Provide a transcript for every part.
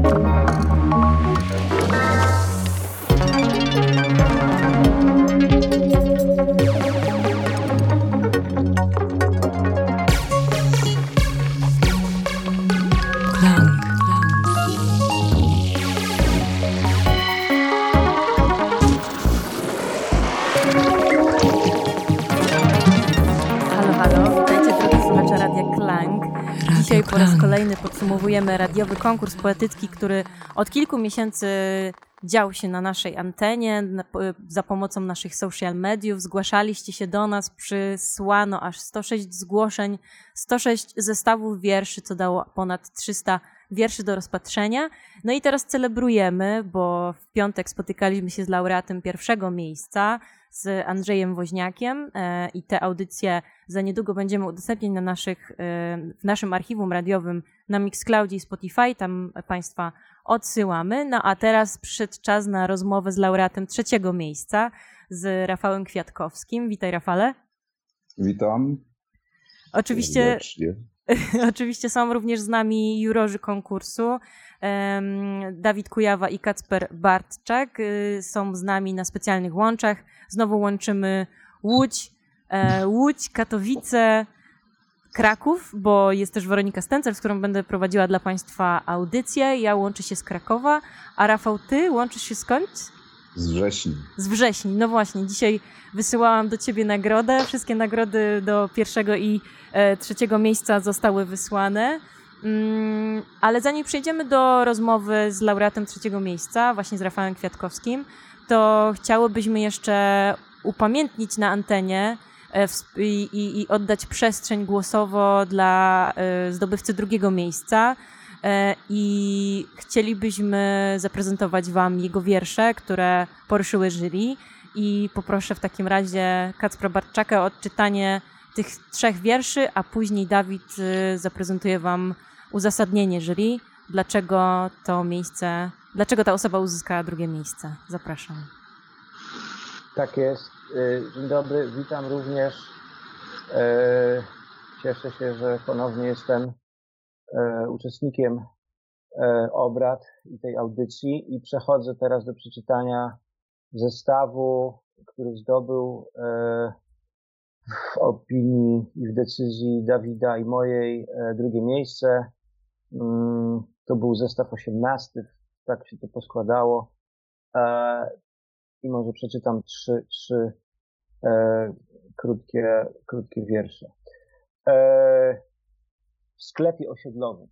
Dzisiaj po raz kolejny podsumowujemy radiowy konkurs poetycki, który od kilku miesięcy dział się na naszej antenie, za pomocą naszych social mediów. Zgłaszaliście się do nas, przysłano aż 106 zgłoszeń, 106 zestawów wierszy, co dało ponad 300 wierszy do rozpatrzenia. No i teraz celebrujemy, bo w piątek spotykaliśmy się z laureatem pierwszego miejsca, z Andrzejem Woźniakiem i te audycje za niedługo będziemy udostępniać w naszym archiwum radiowym na Mixcloudzie i Spotify, tam Państwa odsyłamy. No a teraz przyszedł czas na rozmowę z laureatem trzeciego miejsca, z Rafałem Kwiatkowskim. Witaj, Rafale. Witam. Oczywiście są również z nami jurorzy konkursu. Dawid Kujawa i Kacper Bartczak są z nami na specjalnych łączach. Znowu łączymy Łódź, Katowice, Kraków, bo jest też Weronika Stencel, z którą będę prowadziła dla Państwa audycję. Ja łączę się z Krakowa, a Rafał, ty łączysz się skąd? Z Wrześni. Z Wrześni, no właśnie. Dzisiaj wysyłałam do ciebie nagrodę. Wszystkie nagrody do pierwszego i trzeciego miejsca zostały wysłane. Ale zanim przejdziemy do rozmowy z laureatem trzeciego miejsca, właśnie z Rafałem Kwiatkowskim, to chciałybyśmy jeszcze upamiętnić na antenie i oddać przestrzeń głosowo dla zdobywcy drugiego miejsca i chcielibyśmy zaprezentować wam jego wiersze, które poruszyły jury i poproszę w takim razie Kacpra Bartczaka o odczytanie tych 3 wierszy, a później Dawid zaprezentuje wam uzasadnienie jury, dlaczego ta osoba uzyskała drugie miejsce. Zapraszam. Tak jest. Dzień dobry, witam również. Cieszę się, że ponownie jestem uczestnikiem obrad i tej audycji i przechodzę teraz do przeczytania zestawu, który zdobył w opinii i w decyzji Dawida i mojej drugie miejsce. To był zestaw 18, tak się to poskładało. I może przeczytam trzy krótkie wiersze. W sklepie osiedlowym.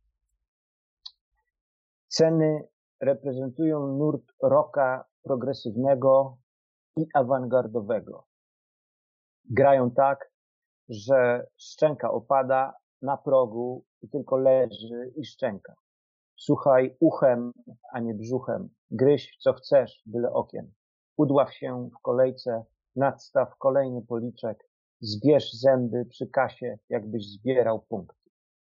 Ceny reprezentują nurt rocka progresywnego i awangardowego. Grają tak, że szczęka opada na progu i tylko leży i szczęka. Słuchaj uchem, a nie brzuchem. Gryź co chcesz, byle okiem. Udław się w kolejce, nadstaw kolejny policzek. Zbierz zęby przy kasie, jakbyś zbierał punkty.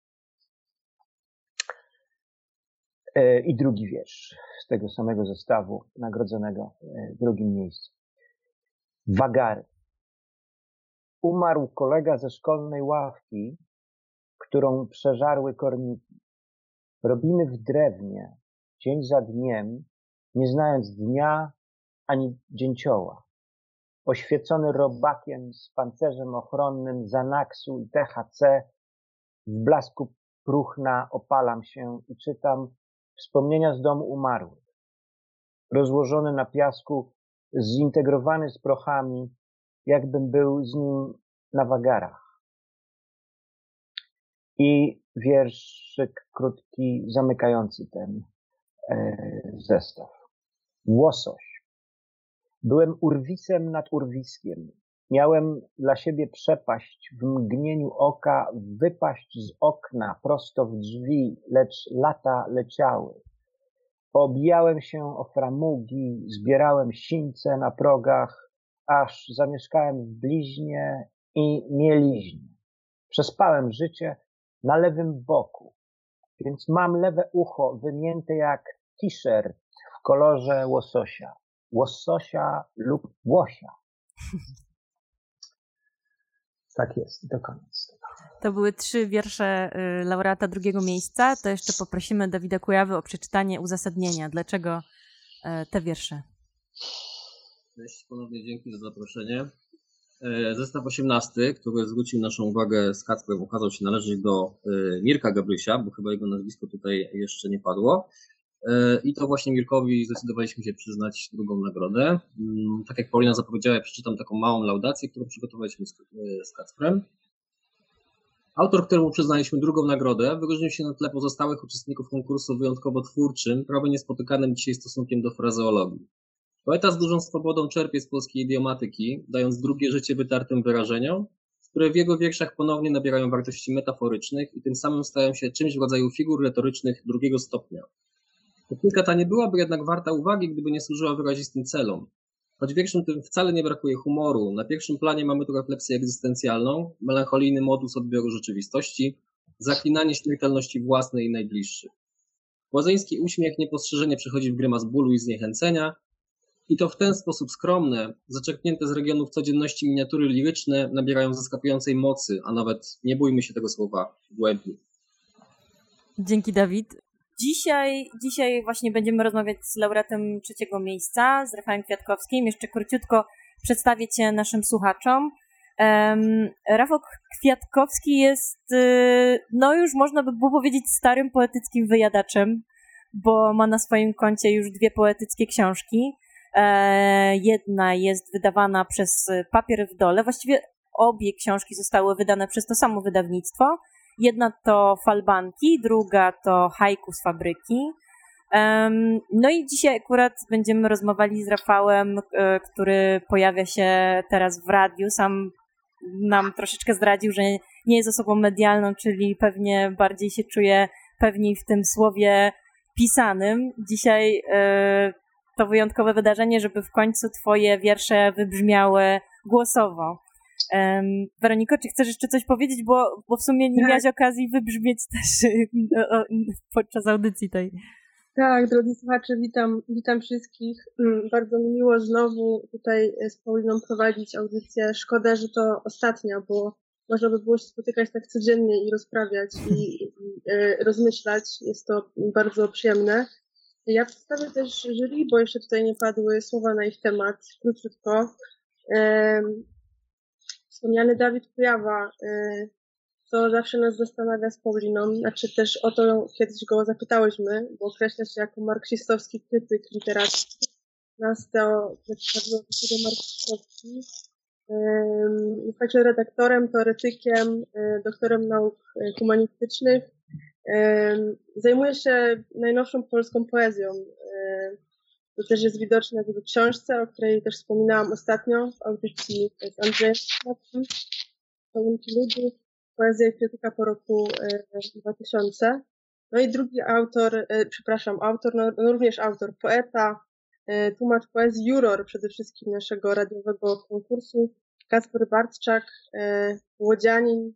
I drugi wiersz z tego samego zestawu, nagrodzonego w drugim miejscu. Wagary. Umarł kolega ze szkolnej ławki, którą przeżarły korniki. Robimy w drewnie, dzień za dniem, nie znając dnia ani dzięcioła. Oświecony robakiem z pancerzem ochronnym Zanaxu i THC, w blasku próchna opalam się i czytam wspomnienia z domu umarłych. Rozłożony na piasku, zintegrowany z prochami, jakbym był z nim na wagarach. I wierszyk krótki, zamykający ten zestaw. Łosoś. Byłem urwisem nad urwiskiem. Miałem dla siebie przepaść w mgnieniu oka, wypaść z okna prosto w drzwi, lecz lata leciały. Obijałem się o framugi, zbierałem sińce na progach, aż zamieszkałem w bliźnie i mieliźnie. Przespałem życie na lewym boku, więc mam lewe ucho wymięte jak t-shirt w kolorze łososia. Łososia lub łosia. Tak jest, to koniec. To były 3 wiersze laureata drugiego miejsca. To jeszcze poprosimy Dawida Kujawy o przeczytanie uzasadnienia. Dlaczego te wiersze? Cześć, ponownie dzięki za zaproszenie. Zestaw 18, który zwrócił naszą uwagę z Kacprem, okazał się należeć do Mirka Gabrysia, bo chyba jego nazwisko tutaj jeszcze nie padło. I to właśnie Mirkowi zdecydowaliśmy się przyznać drugą nagrodę. Tak jak Paulina zapowiedziała, ja przeczytam taką małą laudację, którą przygotowaliśmy z Kacprem. Autor, któremu przyznaliśmy drugą nagrodę, wyróżnił się na tle pozostałych uczestników konkursu wyjątkowo twórczym, prawie niespotykanym dzisiaj stosunkiem do frazeologii. Poeta z dużą swobodą czerpie z polskiej idiomatyki, dając drugie życie wytartym wyrażeniom, które w jego wierszach ponownie nabierają wartości metaforycznych i tym samym stają się czymś w rodzaju figur retorycznych drugiego stopnia. Technika ta nie byłaby jednak warta uwagi, gdyby nie służyła wyrazistym celom. Choć w wierszem tym wcale nie brakuje humoru, na pierwszym planie mamy tu refleksję egzystencjalną, melancholijny modus odbioru rzeczywistości, zaklinanie śmiertelności własnej i najbliższych. Łazeński uśmiech niepostrzeżenie przechodzi w grymas bólu i zniechęcenia, i to w ten sposób skromne, zaczerpnięte z regionów codzienności miniatury liryczne nabierają zaskakującej mocy, a nawet, nie bójmy się tego słowa, głębi. Dzięki, Dawid. Dzisiaj właśnie będziemy rozmawiać z laureatem trzeciego miejsca, z Rafałem Kwiatkowskim. Jeszcze króciutko przedstawię Cię naszym słuchaczom. Rafał Kwiatkowski jest, no już można by było powiedzieć, starym poetyckim wyjadaczem, bo ma na swoim koncie już 2 poetyckie książki. Jedna jest wydawana przez Papier w Dole. Właściwie obie książki zostały wydane przez to samo wydawnictwo. Jedna to Falbanki, druga to Haiku z fabryki. No i dzisiaj akurat będziemy rozmawiali z Rafałem, który pojawia się teraz w radiu. Sam nam troszeczkę zdradził, że nie jest osobą medialną, czyli pewnie bardziej się czuje pewniej w tym słowie pisanym. Dzisiaj to wyjątkowe wydarzenie, żeby w końcu Twoje wiersze wybrzmiały głosowo. Weroniko, czy chcesz jeszcze coś powiedzieć, bo w sumie nie miałaś okazji wybrzmieć też podczas audycji tej. Tak, drodzy słuchacze, witam wszystkich. Bardzo mi miło znowu tutaj z Pauliną prowadzić audycję. Szkoda, że to ostatnia, bo można by było się spotykać tak codziennie i rozprawiać i rozmyślać. Jest to bardzo przyjemne. Ja przedstawię też jury, bo jeszcze tutaj nie padły słowa na ich temat. Króciutko. Wspomniany Dawid Kujawa, co zawsze nas zastanawia z Pauliną, znaczy też o to kiedyś go zapytałyśmy, bo określa się jako marksistowski krytyk literacki. Nas to bardzo marksistowski. Jest także redaktorem, teoretykiem, doktorem nauk humanistycznych. Zajmuje się najnowszą polską poezją. To też jest widoczne w jego książce, o której też wspominałam ostatnio w audycji z Andrzejem Szmatkim, Pojęcie ludu, poezja i krytyka po roku 2000. No i drugi autor, również autor, poeta, tłumacz poezji, juror przede wszystkim naszego radiowego konkursu, Kacper Bartczak, łodzianin,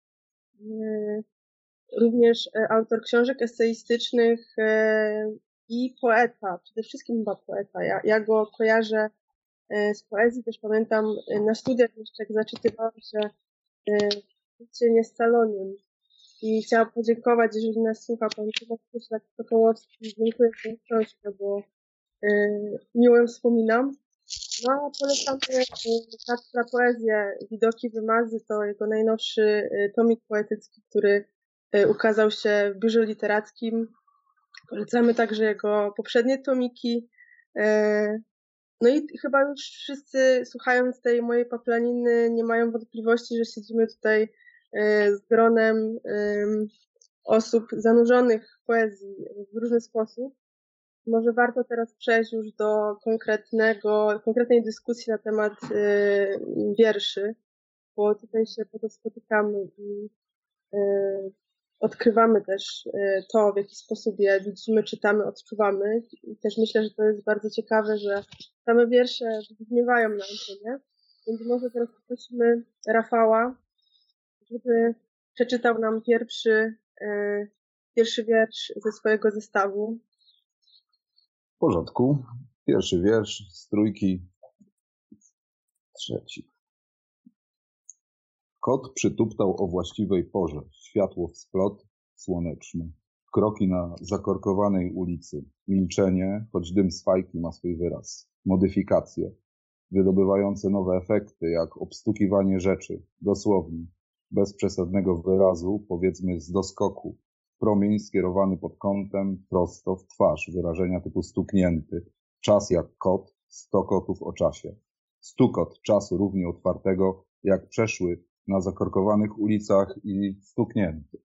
również autor książek eseistycznych i poeta, przede wszystkim chyba poeta. Ja go kojarzę z poezji, też pamiętam na studiach jeszcze, jak zaczytywałam się Życie niescalonym. I chciałam podziękować, jeżeli nas słucha pan Krzysztof Sokołowski. Dziękuję za tę książkę, bo miło ją wspominam. No a polecamy Kacpra poezję Widoki, wymazy, to jego najnowszy tomik poetycki, który ukazał się w biurze literackim. Polecamy także jego poprzednie tomiki. No i chyba już wszyscy, słuchając tej mojej paplaniny, nie mają wątpliwości, że siedzimy tutaj z gronem osób zanurzonych w poezji w różny sposób. Może warto teraz przejść już do konkretnej dyskusji na temat wierszy, bo tutaj się po to spotykamy i odkrywamy też to, w jaki sposób je widzimy, czytamy, odczuwamy. I też myślę, że to jest bardzo ciekawe, że same wiersze wybrzmiewają na antenie. Więc może teraz poprosimy Rafała, żeby przeczytał nam pierwszy wiersz ze swojego zestawu. W porządku. Pierwszy wiersz z trójki. Trzeci. Kot przytuptał o właściwej porze. Światło w splot słoneczny. Kroki na zakorkowanej ulicy. Milczenie, choć dym z fajki ma swój wyraz. Modyfikacje, wydobywające nowe efekty, jak obstukiwanie rzeczy. Dosłownie, bez przesadnego wyrazu, powiedzmy z doskoku. Promień skierowany pod kątem, prosto w twarz. Wyrażenia typu stuknięty. Czas jak kot, 100 kotów o czasie. Stukot czasu równie otwartego, jak przeszły na zakorkowanych ulicach i stuknięty.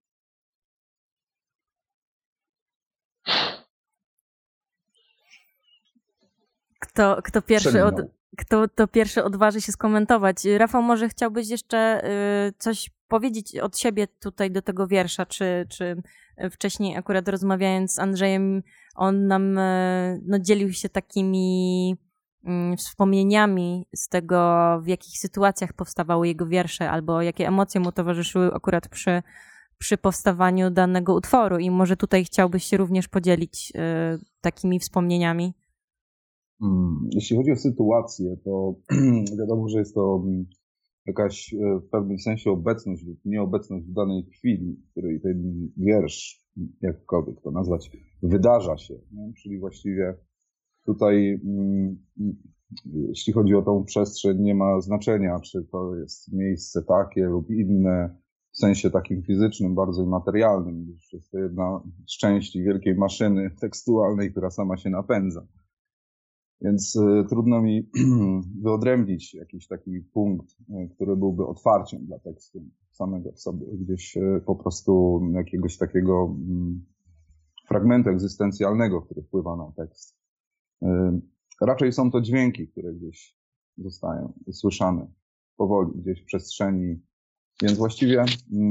Kto pierwszy odważy się skomentować? Rafał, może chciałbyś jeszcze coś powiedzieć od siebie tutaj do tego wiersza, czy wcześniej akurat rozmawiając z Andrzejem, on nam dzielił się takimi wspomnieniami z tego, w jakich sytuacjach powstawały jego wiersze, albo jakie emocje mu towarzyszyły akurat przy powstawaniu danego utworu, i może tutaj chciałbyś się również podzielić takimi wspomnieniami. Jeśli chodzi o sytuację, to wiadomo, że jest to jakaś w pewnym sensie obecność lub nieobecność w danej chwili, w której ten wiersz, jakkolwiek to nazwać, wydarza się. Nie? Czyli właściwie tutaj, jeśli chodzi o tą przestrzeń, nie ma znaczenia, czy to jest miejsce takie lub inne, w sensie takim fizycznym, bardzo materialnym, gdyż jest to jedna z części wielkiej maszyny tekstualnej, która sama się napędza. Więc trudno mi wyodrębnić jakiś taki punkt, który byłby otwarciem dla tekstu samego w sobie, gdzieś po prostu jakiegoś takiego fragmentu egzystencjalnego, który wpływa na tekst. Raczej są to dźwięki, które gdzieś zostają usłyszane powoli, gdzieś w przestrzeni. Więc właściwie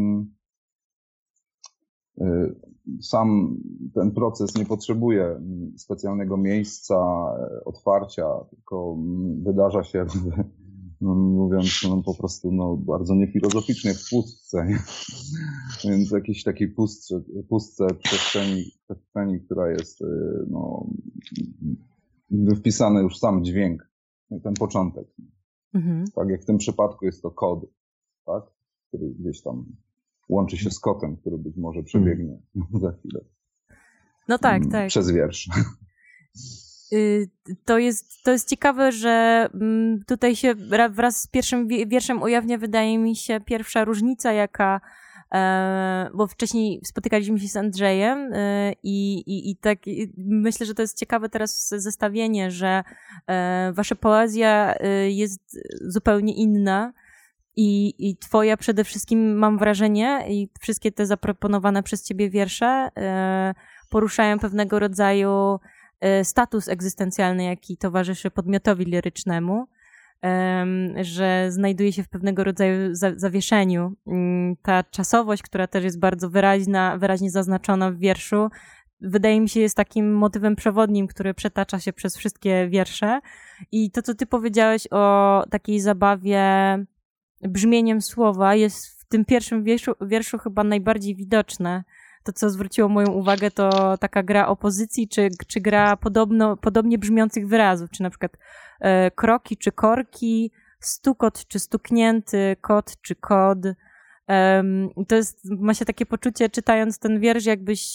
sam ten proces nie potrzebuje specjalnego miejsca, otwarcia, tylko wydarza się, mówiąc po prostu bardzo niefilozoficznie, w pustce. Nie? Więc jakiejś takiej pustce przestrzeni, która jest wpisany już sam dźwięk, ten początek. Mhm. Tak jak w tym przypadku jest to kod, tak? Który gdzieś tam łączy się z kotem, który być może przebiegnie za chwilę. No tak. Przez wiersz. To jest ciekawe, że tutaj się wraz z pierwszym wierszem ujawnia, wydaje mi się, pierwsza różnica, jaka, bo wcześniej spotykaliśmy się z Andrzejem i tak myślę, że to jest ciekawe teraz zestawienie, że wasza poezja jest zupełnie inna. I twoja przede wszystkim, mam wrażenie, i wszystkie te zaproponowane przez ciebie wiersze poruszają pewnego rodzaju status egzystencjalny, jaki towarzyszy podmiotowi lirycznemu, że znajduje się w pewnego rodzaju zawieszeniu. Ta czasowość, która też jest bardzo wyraźnie zaznaczona w wierszu, wydaje mi się, jest takim motywem przewodnim, który przetacza się przez wszystkie wiersze. I to, co ty powiedziałeś o takiej zabawie brzmieniem słowa, jest w tym pierwszym wierszu chyba najbardziej widoczne. To, co zwróciło moją uwagę, to taka gra opozycji, czy gra podobnie brzmiących wyrazów, czy na przykład kroki, czy korki, stukot, czy stuknięty, kot, czy kod. To ma się takie poczucie, czytając ten wiersz, jakbyś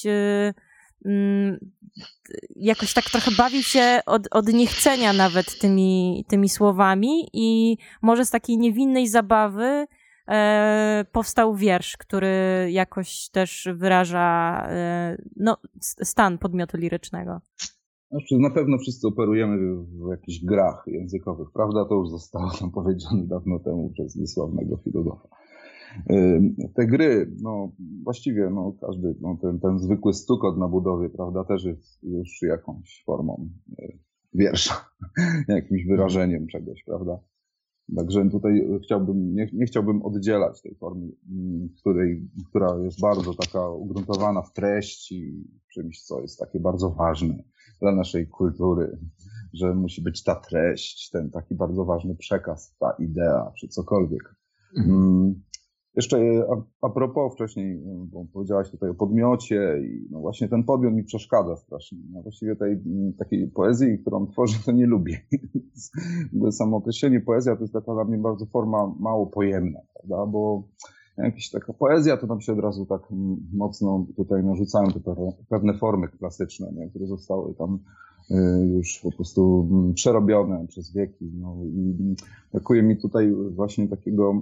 jakoś tak trochę bawił się od niechcenia nawet tymi słowami, i może z takiej niewinnej zabawy powstał wiersz, który jakoś też wyraża stan podmiotu lirycznego. Znaczy, na pewno wszyscy operujemy w jakichś grach językowych, prawda? To już zostało tam powiedziane dawno temu przez niesławnego filozofa. Te gry, właściwie każdy, ten zwykły stukot na budowie, prawda, też jest już jakąś formą wiersza, jakimś wyrażeniem czegoś, prawda. Także tutaj nie chciałbym oddzielać tej formy, która jest bardzo taka ugruntowana w treści, czymś, co jest takie bardzo ważne dla naszej kultury, że musi być ta treść, ten taki bardzo ważny przekaz, ta idea, czy cokolwiek. Jeszcze a propos wcześniej, bo powiedziałaś tutaj o podmiocie i no właśnie ten podmiot mi przeszkadza strasznie. Ja właściwie tej takiej poezji, którą tworzę, to nie lubię. Bo samo określenie poezja to jest taka dla mnie bardzo forma mało pojemna, prawda? Bo jakaś taka poezja to nam się od razu tak mocno tutaj narzucają te pewne formy klasyczne, nie? Które zostały tam już po prostu przerobione przez wieki. No i brakuje mi tutaj właśnie takiego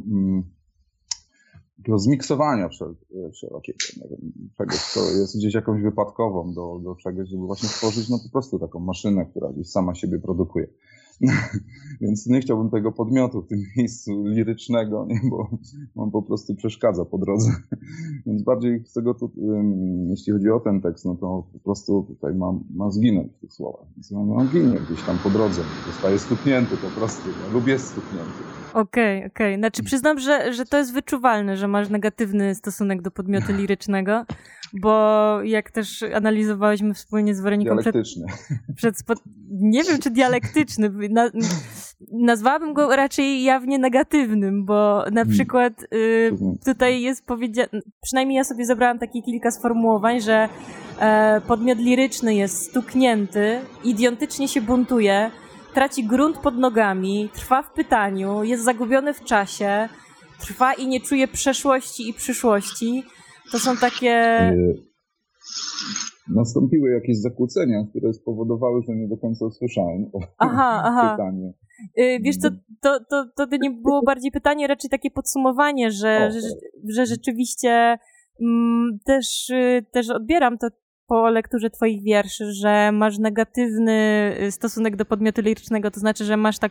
zmiksowania wszelkiego, nie wiem, czegoś, co jest gdzieś jakąś wypadkową do czegoś, żeby właśnie stworzyć no po prostu taką maszynę, która gdzieś sama siebie produkuje. Więc nie chciałbym tego podmiotu w tym miejscu lirycznego, nie, bo on po prostu przeszkadza po drodze. Więc bardziej chcę go tu, jeśli chodzi o ten tekst, no to po prostu tutaj ma zginąć w tych słowach. Więc on ginie gdzieś tam po drodze, zostaje stuknięty po prostu, lub jest stuknięty. Okej. Znaczy przyznam, że to jest wyczuwalne, że masz negatywny stosunek do podmiotu lirycznego, bo jak też analizowałyśmy wspólnie z Weroniką dialektyczny. Nie wiem, czy dialektyczny. Nazwałabym go raczej jawnie negatywnym, bo na przykład tutaj jest powiedziane, przynajmniej ja sobie zebrałam takie kilka sformułowań, że podmiot liryczny jest stuknięty, idiotycznie się buntuje, traci grunt pod nogami, trwa w pytaniu, jest zagubiony w czasie, trwa i nie czuje przeszłości i przyszłości. To są takie... Nastąpiły jakieś zakłócenia, które spowodowały, że nie do końca usłyszałem pytanie. Wiesz co, to nie było bardziej pytanie, raczej takie podsumowanie, że rzeczywiście też odbieram to po lekturze twoich wierszy, że masz negatywny stosunek do podmiotu lirycznego, to znaczy, że masz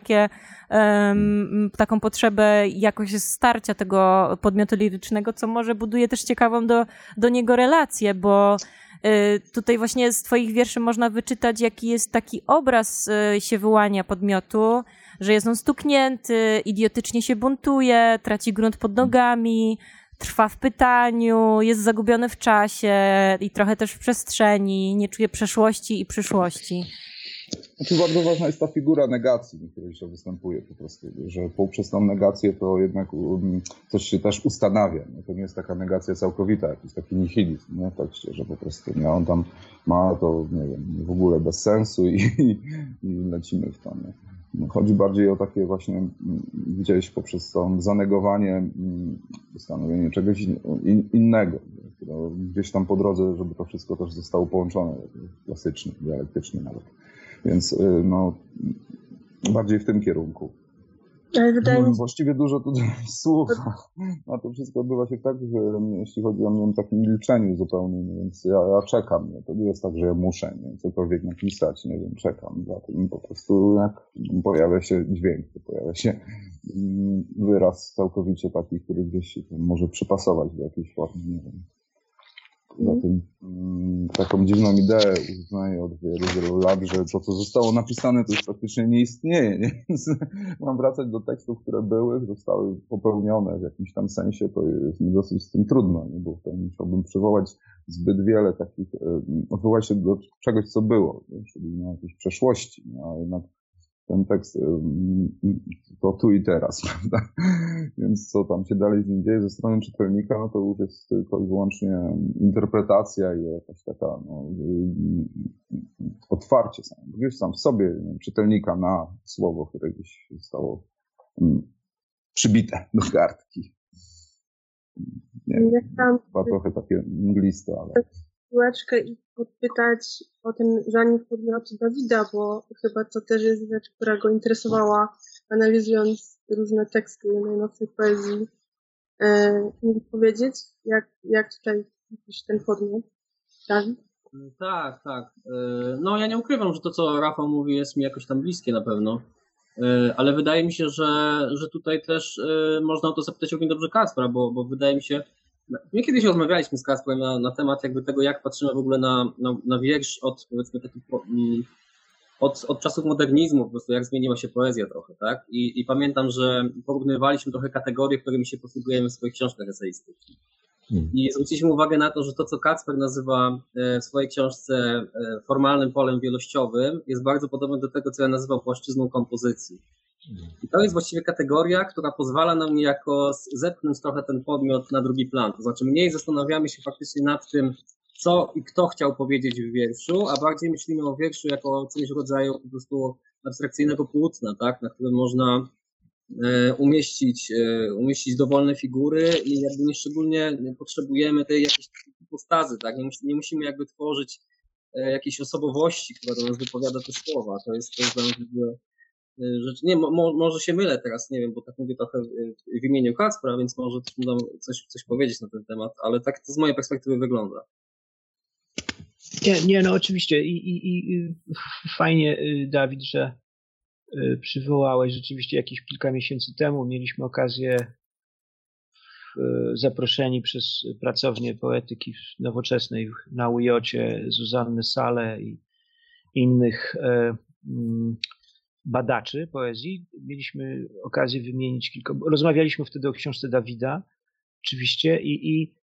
taką potrzebę jakoś starcia tego podmiotu lirycznego, co może buduje też ciekawą do niego relację, bo tutaj właśnie z twoich wierszy można wyczytać, jaki jest taki obraz się wyłania podmiotu, że jest on stuknięty, idiotycznie się buntuje, traci grunt pod nogami, trwa w pytaniu, jest zagubiony w czasie i trochę też w przestrzeni, nie czuje przeszłości i przyszłości. Znaczy bardzo ważna jest ta figura negacji, w której się występuje po prostu, że poprzez tą negację to jednak coś się też ustanawia. Nie? To nie jest taka negacja całkowita, jakiś taki nihilizm, nie? Tak że po prostu nie? On tam ma to, nie wiem, w ogóle bez sensu i lecimy w to. Nie? Chodzi bardziej o takie właśnie gdzieś poprzez to zanegowanie, ustanowienie czegoś innego, gdzieś tam po drodze, żeby to wszystko też zostało połączone, klasycznie, dialektycznie nawet. Więc no, bardziej w tym kierunku. Ale wydaje mi się... Właściwie dużo tutaj słucha. A to wszystko odbywa się tak, że jeśli chodzi o mnie, takim milczeniu zupełnie, więc ja czekam. Nie? To nie jest tak, że ja muszę cokolwiek napisać, nie wiem, czekam. Za tym po prostu jak pojawia się dźwięk, to pojawia się wyraz całkowicie taki, który gdzieś może przypasować do jakiejś formy, nie wiem. Zatem taką dziwną ideę uznaję od wielu lat, że to, co zostało napisane, to już praktycznie nie istnieje. Nie? Więc mam wracać do tekstów, które były, zostały popełnione w jakimś tam sensie, to jest mi dosyć z tym trudno, nie? Bo wtedy musiałbym przywołać zbyt wiele takich, odwołać się do czegoś, co było, nie? Czyli na jakiejś przeszłości, nie? A jednak ten tekst to tu i teraz, prawda? Więc co tam się dalej z nim dzieje ze strony czytelnika, no to już jest tylko i wyłącznie interpretacja i jakaś taka otwarcie gdzieś sam w sobie czytelnika na słowo, które gdzieś zostało przybite do kartki. Nie wiem, chyba trochę takie mgliste, ale... Piłeczkę i podpytać o ten zanik podmiotu Dawida, bo chyba to też jest rzecz, która go interesowała, analizując różne teksty najnowszej poezji. Mógł powiedzieć, jak tutaj widzisz ten podmiot, Dawid? Tak. No ja nie ukrywam, że to, co Rafał mówi, jest mi jakoś tam bliskie na pewno, ale wydaje mi się, że tutaj też można o to zapytać równie dobrze Kacpra, bo wydaje mi się, my kiedyś rozmawialiśmy z Kacprem na temat jakby tego, jak patrzymy w ogóle na wiersz od, powiedzmy, od czasów modernizmu, po prostu jak zmieniła się poezja trochę, tak? I pamiętam, że porównywaliśmy trochę kategorie, którymi się posługujemy w swoich książkach eseistycznych. I zwróciliśmy uwagę na to, że to, co Kacper nazywa w swojej książce formalnym polem wielościowym, jest bardzo podobne do tego, co ja nazywam płaszczyzną kompozycji. I to jest właściwie kategoria, która pozwala nam niejako zepchnąć trochę ten podmiot na drugi plan. To znaczy mniej zastanawiamy się faktycznie nad tym, co i kto chciał powiedzieć w wierszu, a bardziej myślimy o wierszu jako o czymś rodzaju po prostu abstrakcyjnego płótna, tak, na którym można umieścić dowolne figury i jakby nieszczególnie potrzebujemy tej jakiejś hipostazy, tak, nie musimy jakby tworzyć jakiejś osobowości, która do nas wypowiada te słowa. To jest rzecz. Nie, może się mylę teraz, nie wiem, bo tak mówię trochę w imieniu Kacpra, więc może też mogę coś powiedzieć na ten temat, ale tak to z mojej perspektywy wygląda. Nie, no oczywiście i fajnie, Dawid, że przywołałeś rzeczywiście jakieś kilka miesięcy temu. Mieliśmy okazję zaproszeni przez pracownię poetyki nowoczesnej na UJ-cie Zuzanny Salę i innych badaczy poezji. Mieliśmy okazję wymienić kilka, rozmawialiśmy wtedy o książce Dawida, oczywiście, i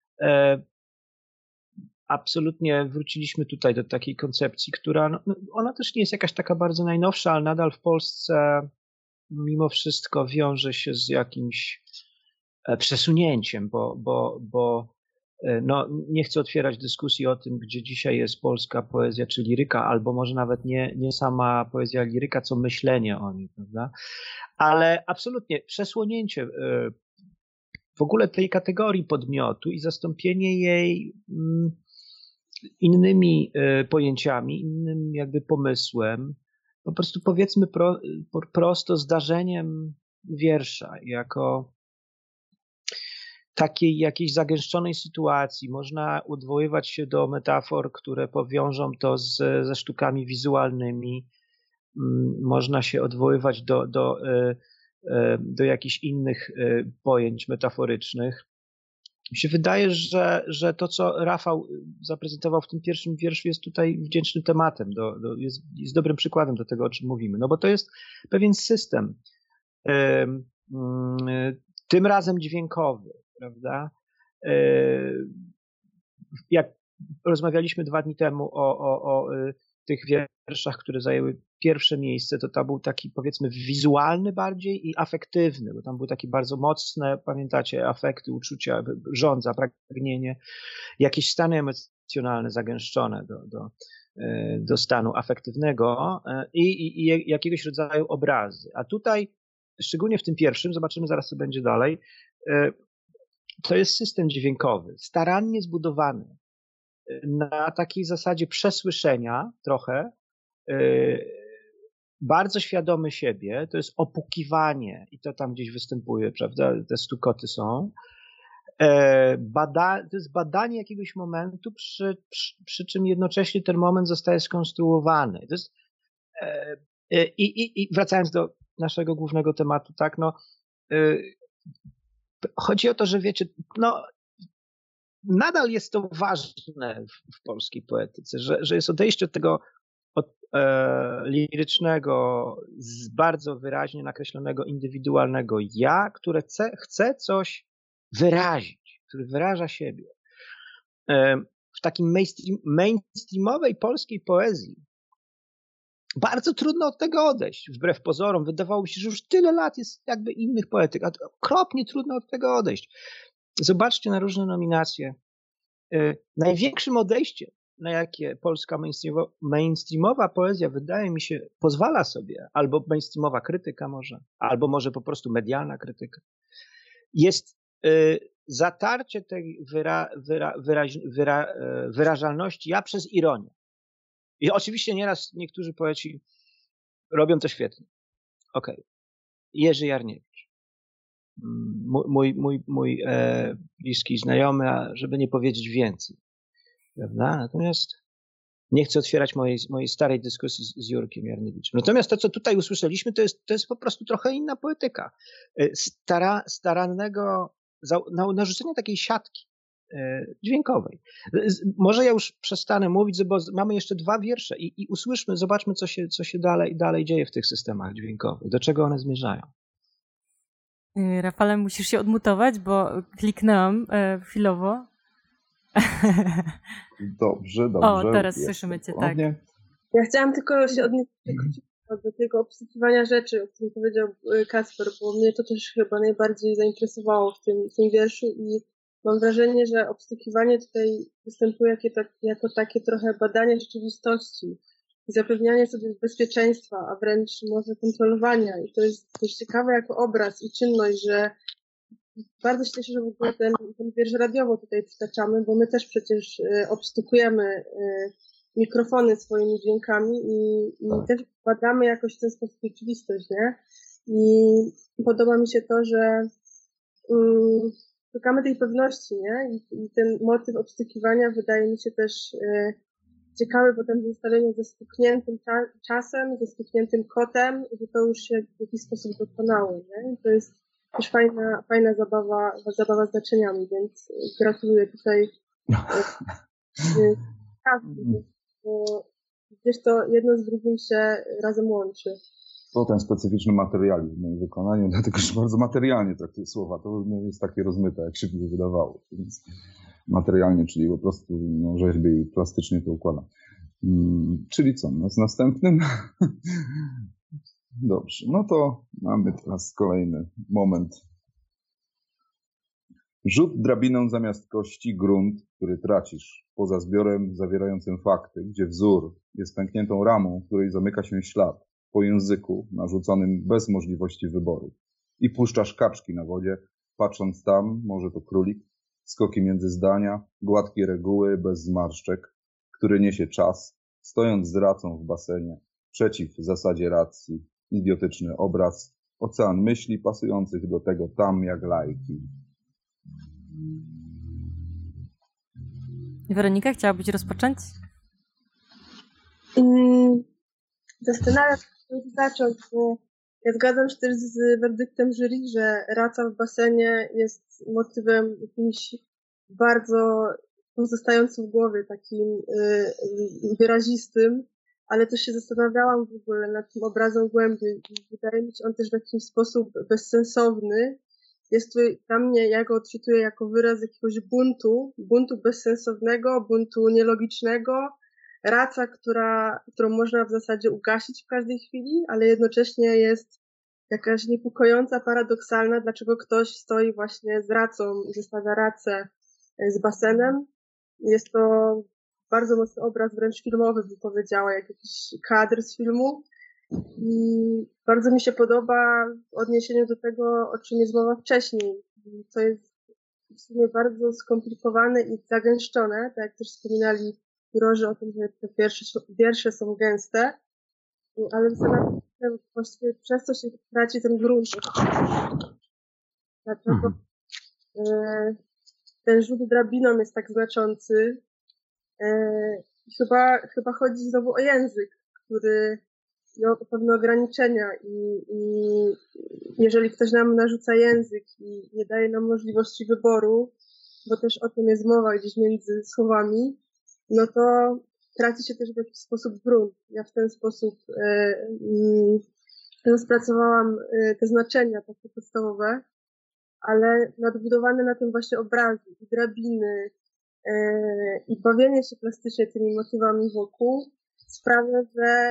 absolutnie wróciliśmy tutaj do takiej koncepcji, która, ona też nie jest jakaś taka bardzo najnowsza, ale nadal w Polsce mimo wszystko wiąże się z jakimś przesunięciem, bo nie chcę otwierać dyskusji o tym, gdzie dzisiaj jest polska poezja czy liryka, albo może nawet nie sama poezja liryka, co myślenie o niej, prawda? Ale absolutnie przesłonięcie w ogóle tej kategorii podmiotu i zastąpienie jej innymi pojęciami, innym jakby pomysłem, po prostu powiedzmy prosto zdarzeniem wiersza, jako takiej jakiejś zagęszczonej sytuacji. Można odwoływać się do metafor, które powiążą to ze sztukami wizualnymi. Można się odwoływać do jakichś innych pojęć metaforycznych. Mi się wydaje, że to, co Rafał zaprezentował w tym pierwszym wierszu, jest tutaj wdzięcznym tematem, jest dobrym przykładem do tego, o czym mówimy. No bo to jest pewien system, tym razem dźwiękowy, prawda? Jak rozmawialiśmy 2 dni temu o tych wierszach, które zajęły pierwsze miejsce, to był taki, powiedzmy, wizualny bardziej i afektywny, bo tam były takie bardzo mocne, pamiętacie, afekty, uczucia, żądza, pragnienie, jakieś stany emocjonalne zagęszczone do stanu afektywnego i jakiegoś rodzaju obrazy. A tutaj, szczególnie w tym pierwszym, zobaczymy zaraz, co będzie dalej, to jest system dźwiękowy, starannie zbudowany na takiej zasadzie przesłyszenia trochę, bardzo świadomy siebie, to jest opukiwanie i to tam gdzieś występuje, prawda, te stukoty są. To jest badanie jakiegoś momentu, przy czym jednocześnie ten moment zostaje skonstruowany. To jest, i wracając do naszego głównego tematu, tak, chodzi o to, że wiecie, nadal jest to ważne w polskiej poetyce, że jest odejście od tego lirycznego, bardzo wyraźnie nakreślonego, indywidualnego ja, które chce coś wyrazić, który wyraża siebie. W takim mainstreamowej polskiej poezji bardzo trudno od tego odejść, wbrew pozorom. Wydawało mi się, że już tyle lat jest jakby innych poetyk, a okropnie trudno od tego odejść. Zobaczcie na różne nominacje. Największym odejściem, na jakie polska mainstreamowa poezja, wydaje mi się, pozwala sobie, albo mainstreamowa krytyka może, albo może po prostu medialna krytyka, jest zatarcie tej wyrażalności ja przez ironię. I oczywiście nieraz niektórzy poeci robią to świetnie. Okej. Jerzy Jarniewicz. Mój bliski znajomy, a żeby nie powiedzieć więcej. Prawda? Natomiast nie chcę otwierać mojej starej dyskusji z Jurkiem Jarniewiczem. Natomiast to, co tutaj usłyszeliśmy, to jest po prostu trochę inna poetyka. Starannego narzucenia takiej siatki dźwiękowej. Może ja już przestanę mówić, bo mamy jeszcze 2 wiersze i usłyszmy, zobaczmy, co się dalej dzieje w tych systemach dźwiękowych, do czego one zmierzają. Rafale, musisz się odmutować, bo kliknęłam chwilowo. Dobrze. O, teraz słyszymy cię, tak. Ja chciałam tylko się odnieść do do tego obsykiwania rzeczy, o którym powiedział Kacper, bo mnie to też chyba najbardziej zainteresowało w tym wierszu i mam wrażenie, że obsykiwanie tutaj występuje jako takie trochę badanie rzeczywistości i zapewnianie sobie bezpieczeństwa, a wręcz może kontrolowania. I to jest też ciekawe jako obraz i czynność, że bardzo się cieszę, że w ogóle ten wiersz radiowo tutaj przytaczamy, bo my też przecież obstukujemy mikrofony swoimi dźwiękami i też badamy jakoś w ten sposób rzeczywistość, nie? I podoba mi się to, że szukamy tej pewności, nie? I ten motyw obstykiwania wydaje mi się też ciekawy potem w zestawieniu ze stukniętym czasem, ze stukniętym kotem, że to już się w jakiś sposób dokonało, nie? I to jest też fajna zabawa znaczeniami, więc gratuluję tutaj gdzieś to jedno z drugim się razem łączy. To ten specyficzny materializm w moim wykonaniu, dlatego że bardzo materialnie traktuję słowa. To jest takie rozmyte, jak się by wydawało. Więc materialnie, czyli po prostu rzeźbię i plastycznie to układam. Czyli co? Z następnym? Dobrze, no to mamy teraz kolejny moment. Rzut drabiną zamiast kości grunt, który tracisz, poza zbiorem zawierającym fakty, gdzie wzór jest pękniętą ramą, w której zamyka się ślad, po języku narzuconym bez możliwości wyboru. I puszczasz kaczki na wodzie, patrząc tam, może to królik, skoki między zdania, gładkie reguły bez zmarszczek, który niesie czas, stojąc z racą w basenie, przeciw zasadzie racji, idiotyczny obraz, ocean myśli pasujących do tego tam jak lajki. Weronika, chciałabyś rozpocząć? Zastanawiam się, jak zacząć, bo ja zgadzam się też z werdyktem jury, że raca w basenie jest motywem jakimś bardzo pozostającym w głowie, takim wyrazistym, ale też się zastanawiałam w ogóle nad tym obrazem głębiej i wydaje mi się on też w jakiś sposób bezsensowny. Jest to dla mnie, ja go odczytuję jako wyraz jakiegoś buntu bezsensownego, buntu nielogicznego, raca, którą można w zasadzie ugasić w każdej chwili, ale jednocześnie jest jakaś niepokojąca, paradoksalna, dlaczego ktoś stoi właśnie z racą i zostawia racę z basenem. Jest to bardzo mocny obraz, wręcz filmowy, bym powiedziała, jak jakiś kadr z filmu. I bardzo mi się podoba w odniesieniu do tego, o czym jest mowa wcześniej. To jest w sumie bardzo skomplikowane i zagęszczone, tak jak też wspominali jurorzy o tym, że te wiersze są gęste, ale zastanawiam się właściwie przez co się traci ten grunt. Dlaczego ten rzut drabiną jest tak znaczący. Chyba chodzi znowu o język, który miał pewne ograniczenia i jeżeli ktoś nam narzuca język i nie daje nam możliwości wyboru, bo też o tym jest mowa gdzieś między słowami, no to traci się też w jakiś sposób grunt. Ja w ten sposób rozpracowałam te znaczenia takie podstawowe, ale nadbudowane na tym właśnie obrazy i drabiny i bawienie się plastycznie tymi motywami wokół sprawia, że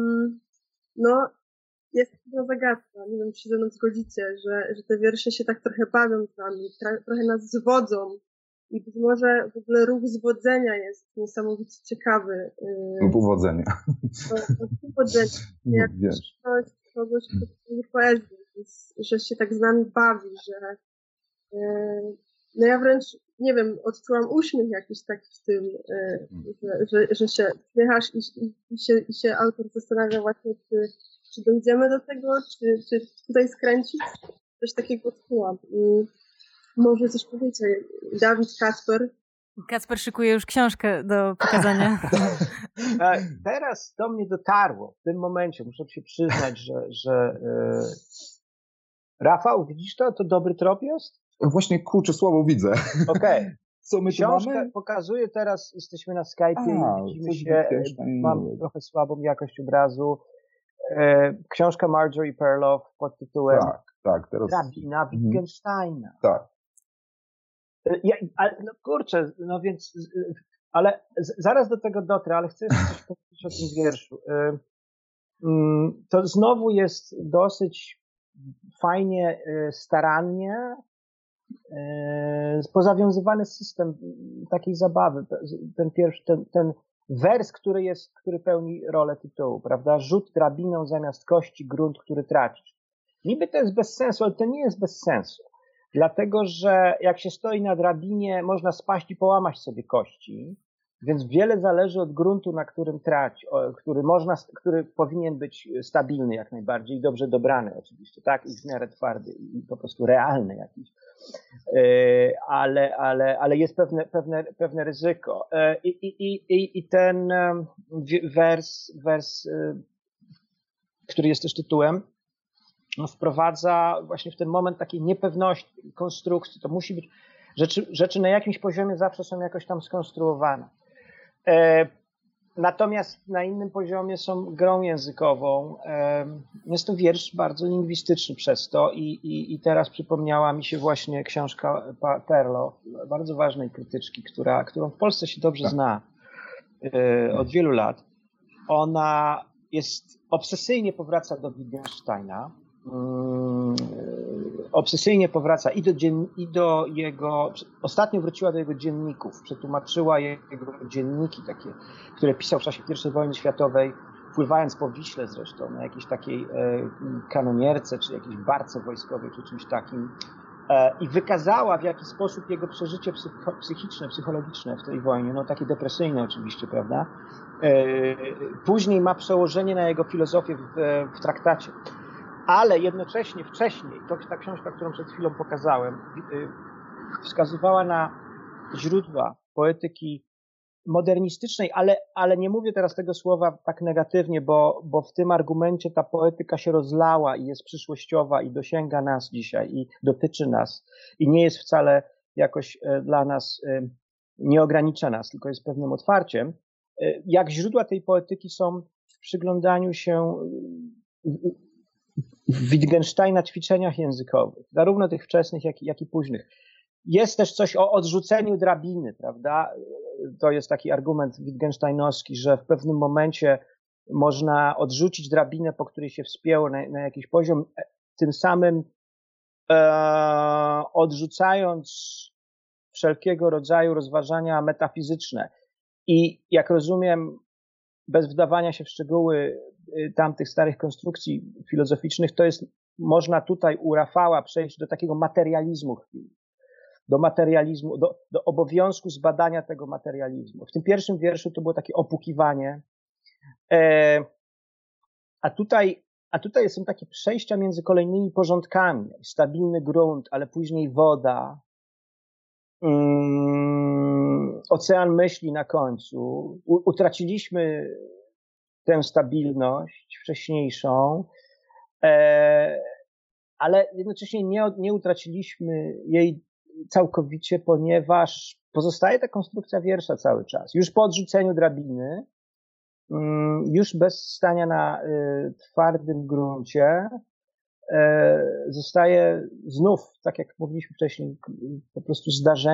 jest to zagadka. Nie wiem, czy się ze mną zgodzicie, że te wiersze się tak trochę bawią z nami, trochę nas zwodzą i być może w ogóle ruch zwodzenia jest niesamowicie ciekawy. Uwodzenia. Uwodzenia. Jak kogoś, kto tworzy poezję, że się tak z nami bawi, że ja wręcz, nie wiem, odczułam uśmiech jakiś taki w tym, że się śmiechasz i się autor zastanawia właśnie, czy dojdziemy do tego, czy tutaj skręcić. Coś takiego odczułam. I może coś powiecie, Dawid, Kacper. Kacper szykuje już książkę do pokazania. Teraz do mnie dotarło w tym momencie, muszę się przyznać, że Rafał, widzisz to? To dobry trop jest? Właśnie, kurczę, słabo widzę. Okej. Co my tu mamy? Pokazuję teraz, jesteśmy na Skype'ie i widzimy się, mam trochę słabą jakość obrazu. Książka Marjorie Perlow pod tytułem teraz... Drabina Wittgensteina. Tak. Ale zaraz do tego dotrę, ale chcę jeszcze coś powiedzieć o tym wierszu. to znowu jest dosyć fajnie, starannie pozawiązywany system takiej zabawy. Ten wers, który pełni rolę tytułu, prawda? Rzut drabiną zamiast kości, grunt, który tracisz. Niby to jest bez sensu, ale to nie jest bez sensu. Dlatego, że jak się stoi na drabinie, można spaść i połamać sobie kości, więc wiele zależy od gruntu, na którym który powinien być stabilny jak najbardziej i dobrze dobrany oczywiście, tak? I w miarę twardy i po prostu realny jakiś. Ale jest pewne ryzyko. I ten wers, który jest też tytułem, wprowadza właśnie w ten moment takiej niepewności konstrukcji. To musi być, rzeczy na jakimś poziomie zawsze są jakoś tam skonstruowane. Natomiast na innym poziomie są grą językową. Jest to wiersz bardzo lingwistyczny przez to i teraz przypomniała mi się właśnie książka Terlo, bardzo ważnej krytyczki, którą w Polsce się dobrze zna od wielu lat. Ona obsesyjnie powraca do Wittgensteina, obsesyjnie powraca i do jego, ostatnio wróciła do jego dzienników, przetłumaczyła jego dzienniki takie, które pisał w czasie I wojny światowej, pływając po Wiśle zresztą, na jakiejś takiej kanonierce, czy jakiejś barce wojskowej, czy czymś takim, i wykazała w jaki sposób jego przeżycie psychiczne, psychologiczne w tej wojnie, no takie depresyjne oczywiście, prawda, później ma przełożenie na jego filozofię w traktacie. Ale jednocześnie wcześniej, ta książka, którą przed chwilą pokazałem, wskazywała na źródła poetyki modernistycznej, ale nie mówię teraz tego słowa tak negatywnie, bo w tym argumencie ta poetyka się rozlała i jest przyszłościowa i dosięga nas dzisiaj i dotyczy nas i nie jest wcale jakoś dla nas, nie ogranicza nas, tylko jest pewnym otwarciem. Jak źródła tej poetyki są w przyglądaniu się Wittgensteina ćwiczeniach językowych, zarówno tych wczesnych, jak i późnych. Jest też coś o odrzuceniu drabiny, prawda? To jest taki argument wittgensteinowski, że w pewnym momencie można odrzucić drabinę, po której się wspięło na jakiś poziom, tym samym odrzucając wszelkiego rodzaju rozważania metafizyczne. I jak rozumiem, bez wdawania się w szczegóły tamtych starych konstrukcji filozoficznych, można tutaj u Rafała przejść do takiego materializmu chwili. Do materializmu, do obowiązku zbadania tego materializmu. W tym pierwszym wierszu to było takie opukiwanie, a tutaj są takie przejścia między kolejnymi porządkami. Stabilny grunt, ale później woda, ocean myśli na końcu. Utraciliśmy tę stabilność wcześniejszą, ale jednocześnie nie utraciliśmy jej całkowicie, ponieważ pozostaje ta konstrukcja wiersza cały czas. Już po odrzuceniu drabiny, już bez stania na twardym gruncie, zostaje znów, tak jak mówiliśmy wcześniej, po prostu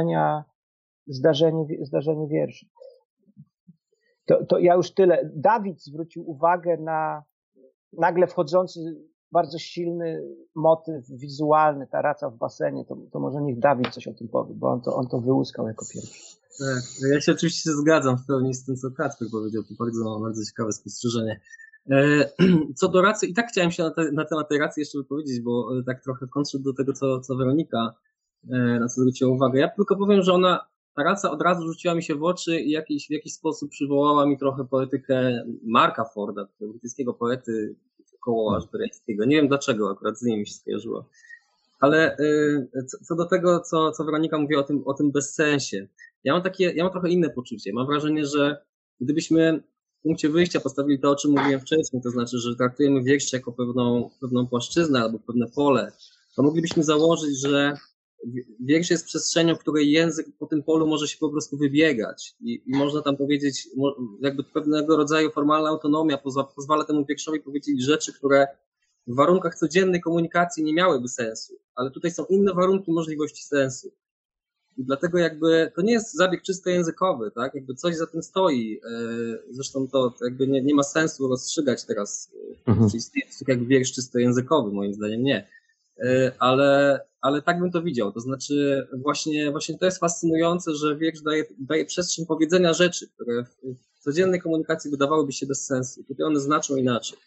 zdarzenie wiersza. To ja już tyle. Dawid zwrócił uwagę na nagle wchodzący bardzo silny motyw wizualny, ta raca w basenie. To może niech Dawid coś o tym powie, bo on to wyłuskał jako pierwszy. Tak, ja się oczywiście zgadzam w pełni z tym, co Kacper powiedział. To bardzo ciekawe spostrzeżenie. Co do racy, i tak chciałem się na temat tej racji jeszcze wypowiedzieć, bo tak trochę w kontrze do tego, co Weronika na co zwróciła uwagę. Ja tylko powiem, że ta raca od razu rzuciła mi się w oczy i w jakiś sposób przywołała mi trochę poetykę Marka Forda, tego brytyjskiego poety koło Ashbery'ego. Nie wiem dlaczego akurat z nim mi się skojarzyło. Ale co do tego, co Weronika mówiła o tym bezsensie. Ja mam trochę inne poczucie. Mam wrażenie, że gdybyśmy w punkcie wyjścia postawili to, o czym mówiłem wcześniej, to znaczy, że traktujemy wiersz jako pewną płaszczyznę albo pewne pole, to moglibyśmy założyć, że wiersz jest przestrzenią, w której język po tym polu może się po prostu wybiegać i można tam powiedzieć, jakby pewnego rodzaju formalna autonomia pozwala temu wierszowi powiedzieć rzeczy, które w warunkach codziennej komunikacji nie miałyby sensu, ale tutaj są inne warunki możliwości sensu. I dlatego jakby to nie jest zabieg czysto językowy, tak? Jakby coś za tym stoi. Zresztą to jakby nie ma sensu rozstrzygać teraz Czyli jest to jak wiersz czysto językowy, moim zdaniem nie. Ale tak bym to widział. To znaczy właśnie to jest fascynujące, że wiersz daje przestrzeń powiedzenia rzeczy, które w codziennej komunikacji wydawałyby się bez sensu. Tutaj one znaczą inaczej.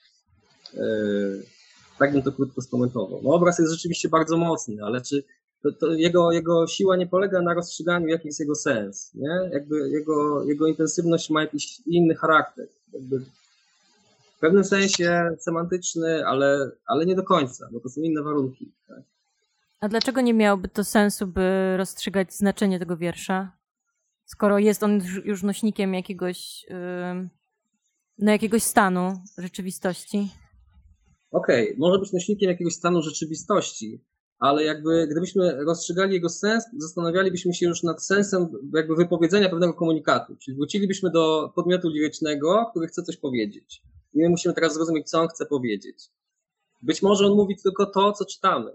Tak bym to krótko skomentował. No, obraz jest rzeczywiście bardzo mocny, ale czy to jego siła nie polega na rozstrzyganiu, jaki jest jego sens, nie? Jakby jego intensywność ma jakiś inny charakter. Jakby w pewnym sensie semantyczny, ale nie do końca, bo to są inne warunki. Tak? A dlaczego nie miałoby to sensu, by rozstrzygać znaczenie tego wiersza? Skoro jest on już nośnikiem jakiegoś stanu rzeczywistości? Okej, może być nośnikiem jakiegoś stanu rzeczywistości, ale jakby gdybyśmy rozstrzygali jego sens, zastanawialibyśmy się już nad sensem jakby wypowiedzenia pewnego komunikatu. Czyli wrócilibyśmy do podmiotu lirycznego, który chce coś powiedzieć. I my musimy teraz zrozumieć, co on chce powiedzieć. Być może on mówi tylko to, co czytamy.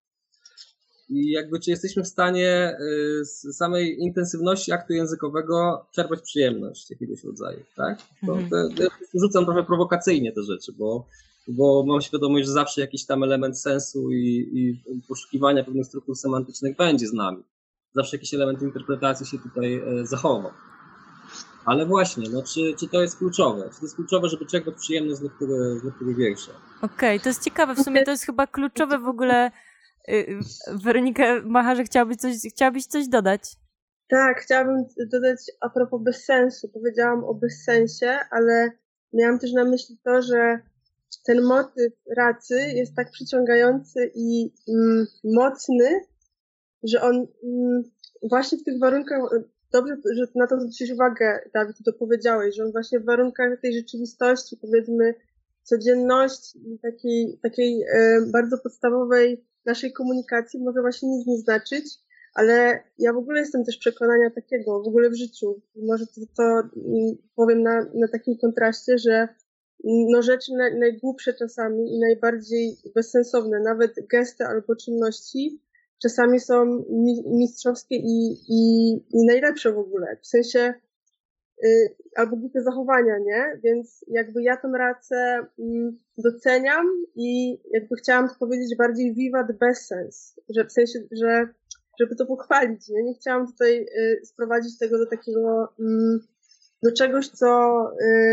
I jakby czy jesteśmy w stanie z samej intensywności aktu językowego czerpać przyjemność jakiegoś rodzaju, tak? Rzucam trochę prowokacyjnie te rzeczy, bo mam świadomość, że zawsze jakiś tam element sensu i poszukiwania pewnych struktur semantycznych będzie z nami. Zawsze jakiś element interpretacji się tutaj zachowa. Ale właśnie, no czy to jest kluczowe? Czy to jest kluczowe, żeby czerpać przyjemność z niektórych wierszy? Okej, to jest ciekawe. W sumie to jest chyba kluczowe w ogóle. Weronika Macharze, chciałabyś coś dodać? Tak, chciałabym dodać a propos bezsensu. Powiedziałam o bezsensie, ale miałam też na myśli to, że ten motyw racy jest tak przyciągający i mocny, że on właśnie w tych warunkach, dobrze, że na to zwróciłeś uwagę, Dawid, to powiedziałeś, że on właśnie w warunkach tej rzeczywistości, powiedzmy codzienności i takiej bardzo podstawowej naszej komunikacji może właśnie nic nie znaczyć, ale ja w ogóle jestem też przekonania takiego, w ogóle w życiu, może to powiem na takim kontraście, że no rzeczy najgłupsze czasami i najbardziej bezsensowne, nawet gesty albo czynności, czasami są mistrzowskie i najlepsze w ogóle, w sensie albo głupie zachowania, nie? Więc jakby ja tą racę doceniam i jakby chciałam powiedzieć bardziej wiwat bezsens, że w sensie, że żeby to pochwalić, nie? Nie chciałam tutaj sprowadzić tego do takiego, do czegoś, co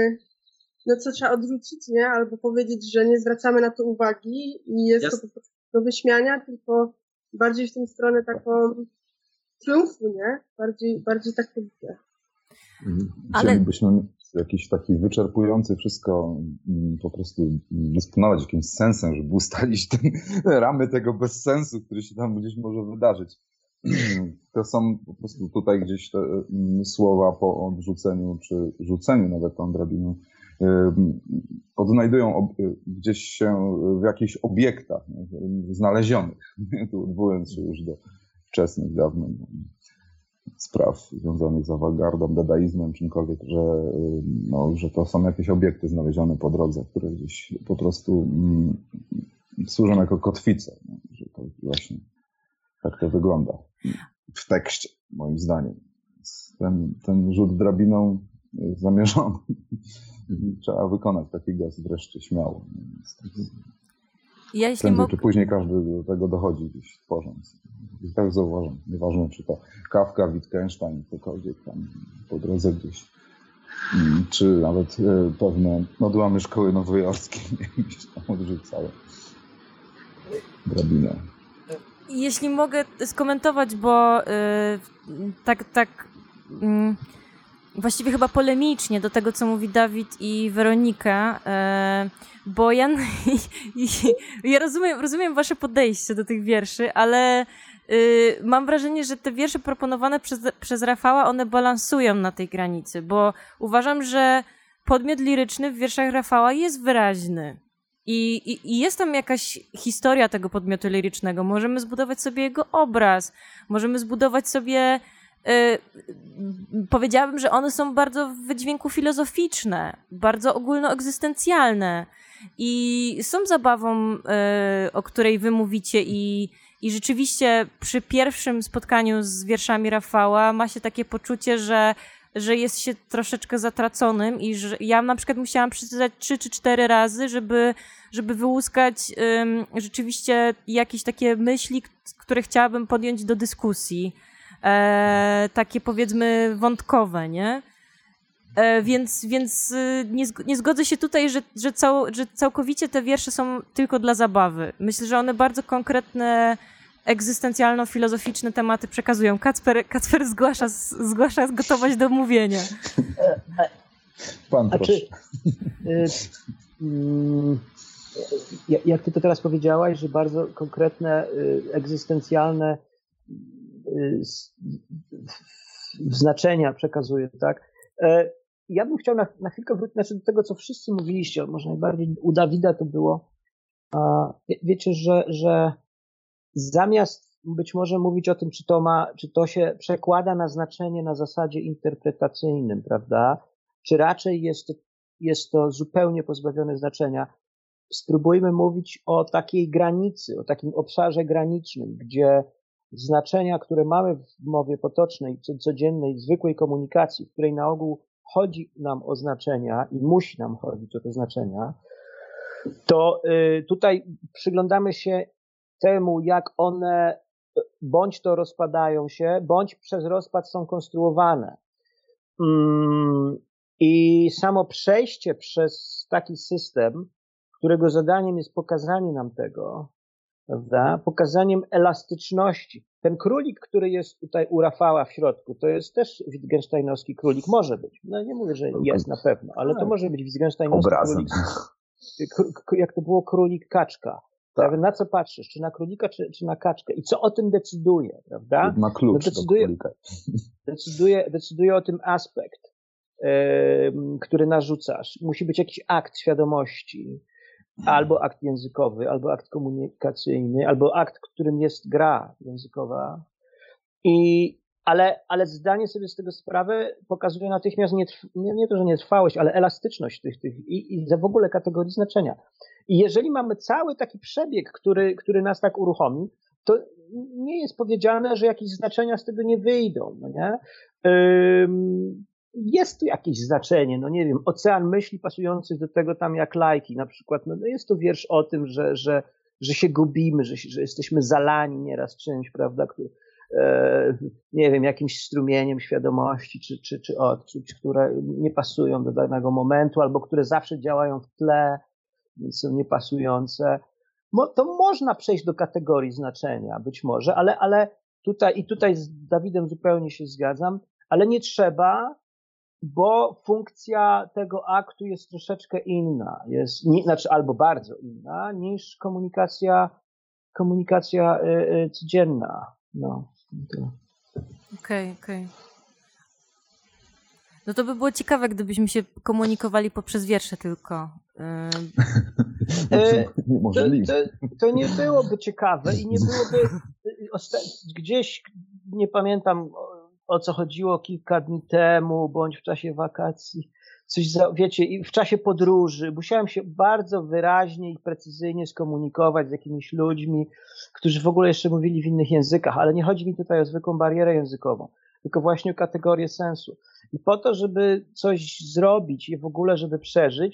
trzeba odrzucić, nie? Albo powiedzieć, że nie zwracamy na to uwagi i jest to po prostu do wyśmiania, tylko bardziej w tę stronę taką triumfu, nie? Bardziej tak to widzę. Chcielibyśmy jakiś taki wyczerpujący wszystko, po prostu dysponować jakimś sensem, żeby ustalić ramy tego bezsensu, który się tam gdzieś może wydarzyć. To są po prostu tutaj gdzieś te słowa po odrzuceniu, czy rzuceniu nawet tą drabiną, odnajdują gdzieś się w jakichś obiektach znalezionych, tu odwołując się już do wczesnych, dawnych spraw związanych z awangardą, dadaizmem, czymkolwiek, że to są jakieś obiekty znalezione po drodze, które gdzieś po prostu służą jako kotwice, że to właśnie tak to wygląda w tekście, moim zdaniem. Ten rzut drabiną jest zamierzony. Trzeba wykonać taki gest wreszcie śmiało. Prędzej czy później każdy do tego dochodzi gdzieś tworząc. I tak zauważam. Nieważne, czy to Kafka, Wittgenstein, ktokolwiek tam po drodze gdzieś, czy nawet pewne odłamy szkoły nowojorskiej gdzieś tam odrzucały drabinę. Jeśli mogę skomentować, bo właściwie chyba polemicznie do tego, co mówi Dawid i Weronika, bo ja rozumiem wasze podejście do tych wierszy, ale mam wrażenie, że te wiersze proponowane przez Rafała, one balansują na tej granicy, bo uważam, że podmiot liryczny w wierszach Rafała jest wyraźny. I jest tam jakaś historia tego podmiotu lirycznego. Możemy zbudować sobie jego obraz, możemy zbudować sobie... powiedziałabym, że one są bardzo w wydźwięku filozoficzne, bardzo ogólnoegzystencjalne i są zabawą, o której wy mówicie i rzeczywiście przy pierwszym spotkaniu z wierszami Rafała ma się takie poczucie, że że jest się troszeczkę zatraconym i że ja na przykład musiałam przeczytać 3 czy 4 razy, żeby wyłuskać rzeczywiście jakieś takie myśli, które chciałabym podjąć do dyskusji. Takie powiedzmy wątkowe, nie? Więc nie zgodzę się tutaj, że całkowicie te wiersze są tylko dla zabawy. Myślę, że one bardzo konkretne, egzystencjalno-filozoficzne tematy przekazują. Kacper zgłasza gotowość do mówienia. Pan proszę. Jak ty to teraz powiedziałaś, że bardzo konkretne, egzystencjalne znaczenia przekazuje, tak? Ja bym chciał na chwilkę wrócić do tego, co wszyscy mówiliście. Może najbardziej u Dawida to było. Wiecie, że zamiast być może mówić o tym, czy to się przekłada na znaczenie na zasadzie interpretacyjnym, prawda? Czy raczej jest to zupełnie pozbawione znaczenia. Spróbujmy mówić o takiej granicy, o takim obszarze granicznym, gdzie znaczenia, które mamy w mowie potocznej, codziennej, zwykłej komunikacji, w której na ogół chodzi nam o znaczenia i musi nam chodzić o te znaczenia, to tutaj przyglądamy się temu, jak one bądź to rozpadają się, bądź przez rozpad są konstruowane. I samo przejście przez taki system, którego zadaniem jest pokazanie nam tego, prawda? Pokazaniem elastyczności. Ten królik, który jest tutaj u Rafała w środku, to jest też wittgensteinowski królik. Może być. No nie mówię, że jest na pewno, ale to może być wittgensteinowski królik. Jak to było królik kaczka. Tak. Na co patrzysz? Czy na królika, czy na kaczkę? I co o tym decyduje, prawda? Ma klucz do królika. Decyduje o tym aspekt, który narzucasz. Musi być jakiś akt świadomości. Albo akt językowy, albo akt komunikacyjny, albo akt, którym jest gra językowa. Ale zdanie sobie z tego sprawy pokazuje natychmiast nie to, że nietrwałość, ale elastyczność tych i w ogóle kategorii znaczenia. I jeżeli mamy cały taki przebieg, który nas tak uruchomi, to nie jest powiedziane, że jakieś znaczenia z tego nie wyjdą, no nie? Jest tu jakieś znaczenie, no nie wiem, ocean myśli pasujących do tego tam jak lajki, na przykład, no jest to wiersz o tym, że się gubimy, że jesteśmy zalani nieraz czymś, prawda, nie wiem, jakimś strumieniem świadomości, czy odczuć, które nie pasują do danego momentu, albo które zawsze działają w tle, więc są niepasujące. To można przejść do kategorii znaczenia, być może, ale tutaj z Dawidem zupełnie się zgadzam, ale nie trzeba, bo funkcja tego aktu jest troszeczkę inna, albo bardzo inna niż komunikacja codzienna. No. Okej. No to by było ciekawe, gdybyśmy się komunikowali poprzez wiersze tylko. To nie byłoby ciekawe i nie byłoby gdzieś, nie pamiętam o co chodziło kilka dni temu, bądź w czasie wakacji, wiecie, i w czasie podróży. Musiałem się bardzo wyraźnie i precyzyjnie skomunikować z jakimiś ludźmi, którzy w ogóle jeszcze mówili w innych językach, ale nie chodzi mi tutaj o zwykłą barierę językową, tylko właśnie o kategorię sensu. I po to, żeby coś zrobić i w ogóle, żeby przeżyć,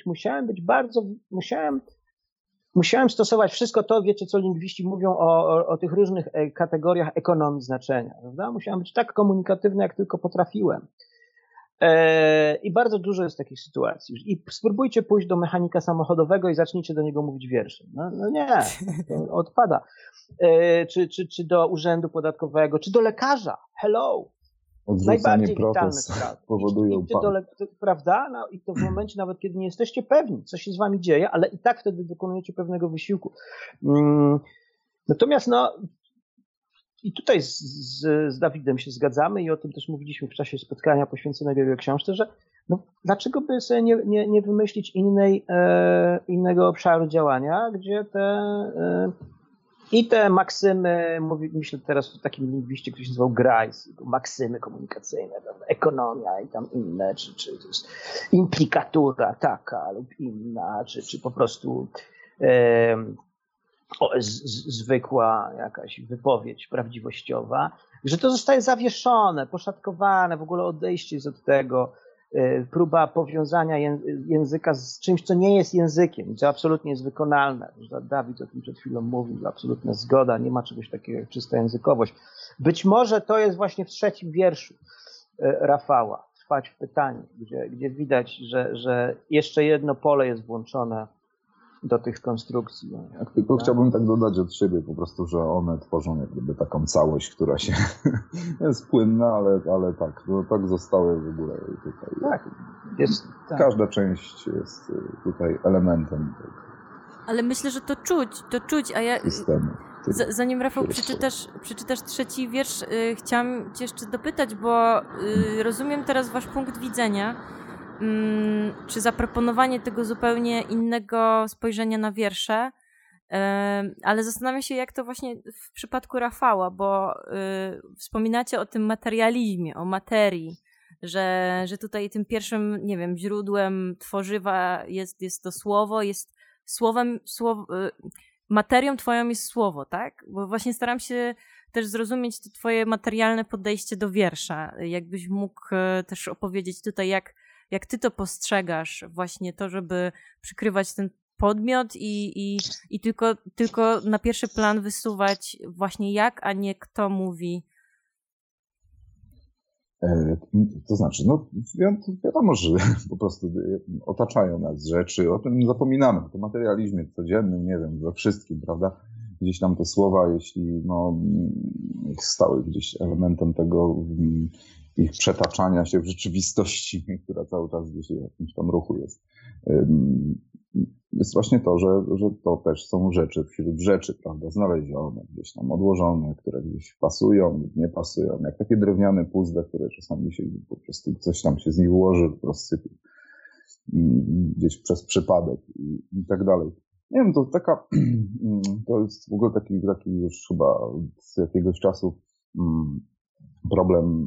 musiałem stosować wszystko to, wiecie, co lingwiści mówią o tych różnych kategoriach ekonomii znaczenia, prawda? Musiałem być tak komunikatywny, jak tylko potrafiłem. I bardzo dużo jest takich sytuacji. I spróbujcie pójść do mechanika samochodowego i zacznijcie do niego mówić wierszem. No nie, to odpada. Czy do urzędu podatkowego, czy do lekarza. Hello. Najbardziej witalne sprawy. Powodują prawda? No, i to w momencie nawet, kiedy nie jesteście pewni, co się z wami dzieje, ale i tak wtedy dokonujecie pewnego wysiłku. Natomiast i tutaj z Dawidem się zgadzamy i o tym też mówiliśmy w czasie spotkania poświęconego jego książce, że dlaczego by sobie nie wymyślić innego obszaru działania, gdzie te maksymy, myślę teraz o takim lingwiście, który się nazywał Grice, maksymy komunikacyjne, prawda? Ekonomia i tam inne, czy to jest implikatura taka lub inna, czy po prostu zwykła jakaś wypowiedź prawdziwościowa, że to zostaje zawieszone, poszatkowane, w ogóle odejście jest od tego, próba powiązania języka z czymś, co nie jest językiem, co absolutnie jest wykonalne. Dawid o tym przed chwilą mówił, absolutna zgoda, nie ma czegoś takiego jak czysta językowość. Być może to jest właśnie w 3. wierszu Rafała, Trwać w pytaniu, gdzie widać, że jeszcze jedno pole jest włączone do tych konstrukcji. Ja tylko chciałbym tak dodać od siebie po prostu, że one tworzą jak gdyby taką całość, która się jest płynna, ale tak, no, tak zostały w ogóle tutaj. Tak. Każda część jest tutaj elementem tego Ale myślę, że to czuć, a ja... systemu. Zanim Rafał przeczytasz 3. wiersz, chciałam cię jeszcze dopytać, bo rozumiem teraz wasz punkt widzenia, czy zaproponowanie tego zupełnie innego spojrzenia na wiersze, ale zastanawiam się, jak to właśnie w przypadku Rafała, bo wspominacie o tym materializmie, o materii, że tutaj tym pierwszym, nie wiem, źródłem tworzywa jest to słowo, jest materią twoją jest słowo, tak? Bo właśnie staram się też zrozumieć to twoje materialne podejście do wiersza. Jakbyś mógł też opowiedzieć tutaj, jak ty to postrzegasz, właśnie to, żeby przykrywać ten podmiot i tylko na pierwszy plan wysuwać właśnie jak, a nie kto mówi. To znaczy, no wiadomo, że po prostu otaczają nas rzeczy, o tym zapominamy, o tym materializmie codziennym, nie wiem, we wszystkim, prawda? Gdzieś tam te słowa, jeśli stały gdzieś elementem tego ich przetaczania się w rzeczywistości, która cały czas gdzieś w jakimś tam ruchu jest. Jest właśnie to, że to też są rzeczy wśród rzeczy, prawda, znalezione, gdzieś tam odłożone, które gdzieś pasują lub nie pasują, jak takie drewniane puzzle, które czasami się po prostu coś tam się z nich ułoży, rozsypie gdzieś przez przypadek i tak dalej. Nie wiem, to jest w ogóle taki już chyba z jakiegoś czasu problem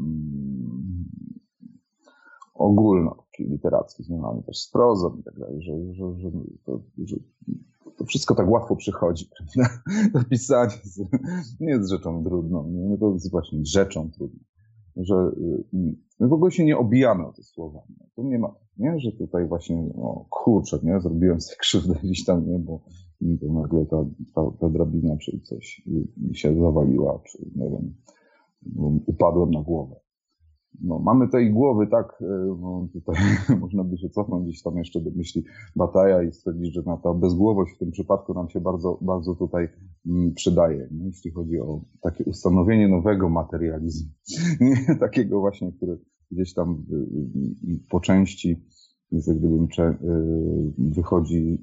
ogólnoliteracki, związany też z prozą i tak dalej, że to wszystko tak łatwo przychodzi, prawda? To pisanie nie jest rzeczą trudną, nie? To jest właśnie rzeczą trudną, że my w ogóle się nie obijamy o te słowa. Nie? To nie ma, nie? Że tutaj właśnie, kurczę, nie? Zrobiłem sobie krzywdę gdzieś tam, nie? Bo to nagle ta drabina czy coś mi się zawaliła, czy nie wiem, upadłem na głowę. No, mamy tej głowy, tak, tutaj można by się cofnąć gdzieś tam jeszcze do myśli Bataja i stwierdzić, że ta bezgłowość w tym przypadku nam się bardzo, bardzo tutaj przydaje, nie? Jeśli chodzi o takie ustanowienie nowego materializmu, nie? Takiego właśnie, który gdzieś tam po części jest jak gdyby wychodzi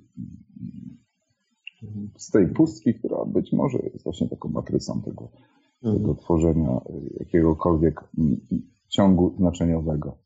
z tej pustki, która być może jest właśnie taką matrysą tego tworzenia jakiegokolwiek ciągu znaczeniowego.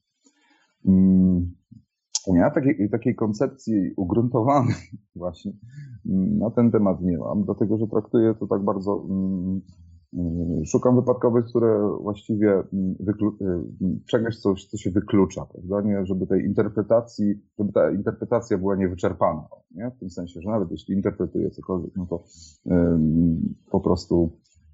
Ja takiej koncepcji ugruntowanej właśnie na ten temat nie mam, dlatego że traktuję to tak bardzo, szukam wypadkowych, które właściwie czegoś, co się wyklucza, prawda? Nie, żeby ta interpretacja była niewyczerpana, nie? W tym sensie, że nawet jeśli interpretuję cokolwiek, no to po prostu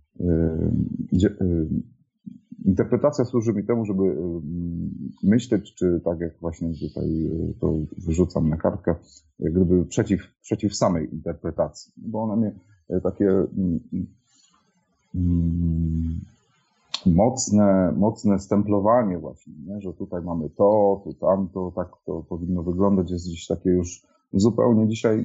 interpretacja służy mi temu, żeby myśleć, czy tak jak właśnie tutaj to wyrzucam na kartkę, jak gdyby przeciw samej interpretacji, bo ona mnie takie mocne stemplowanie właśnie, nie? Że tutaj mamy to, tu tamto, tak to powinno wyglądać, jest gdzieś takie już zupełnie dzisiaj,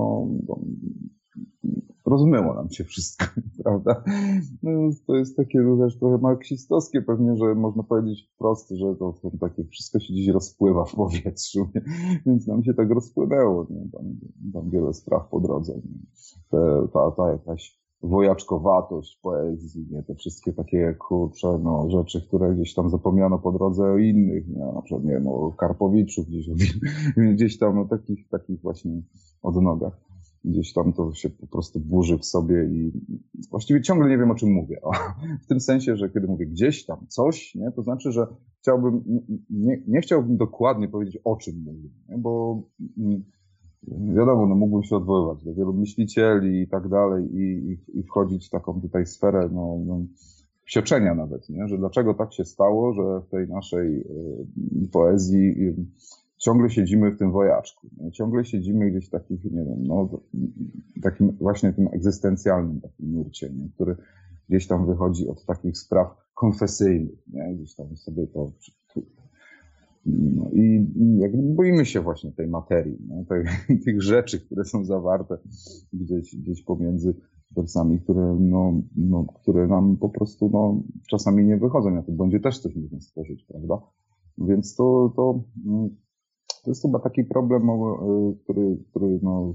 rozmyło nam się wszystko, prawda? No, to jest takie też trochę marksistowskie pewnie, że można powiedzieć wprost, że to takie wszystko się dziś rozpływa w powietrzu, nie? Więc nam się tak rozpłynęło, nie? Tam wiele spraw po drodze. Ta jakaś wojaczkowatość poezji, nie? Te wszystkie takie, kurcze, rzeczy, które gdzieś tam zapomniano po drodze o innych, nie? Na przykład, nie wiem, o Karpowiczu, gdzieś tam takich właśnie odnogach. Gdzieś tam to się po prostu burzy w sobie i właściwie ciągle nie wiem, o czym mówię. W tym sensie, że kiedy mówię gdzieś tam coś, nie, to znaczy, że nie chciałbym dokładnie powiedzieć, o czym mówię, nie? Bo wiadomo, mógłbym się odwoływać do wielu myślicieli i tak dalej i wchodzić w taką tutaj sferę, psioczenia nawet, nie? Że dlaczego tak się stało, że w tej naszej poezji ciągle siedzimy w tym wojaczku, nie? Ciągle siedzimy gdzieś w takich, nie wiem, no, takim właśnie tym egzystencjalnym takim nurcie, nie? Który gdzieś tam wychodzi od takich spraw konfesyjnych, nie? Gdzieś tam sobie to... No i jakby boimy się właśnie tej materii, no, tych rzeczy, które są zawarte gdzieś pomiędzy wersami, które nam po prostu czasami nie wychodzą. Na tym bądź też coś można stworzyć, prawda? Więc to jest chyba taki problem, który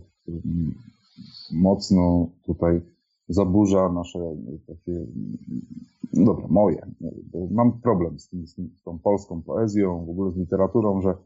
mocno tutaj zaburza nasze takie, dobra, moje, bo mam problem z tą polską poezją, w ogóle z literaturą, że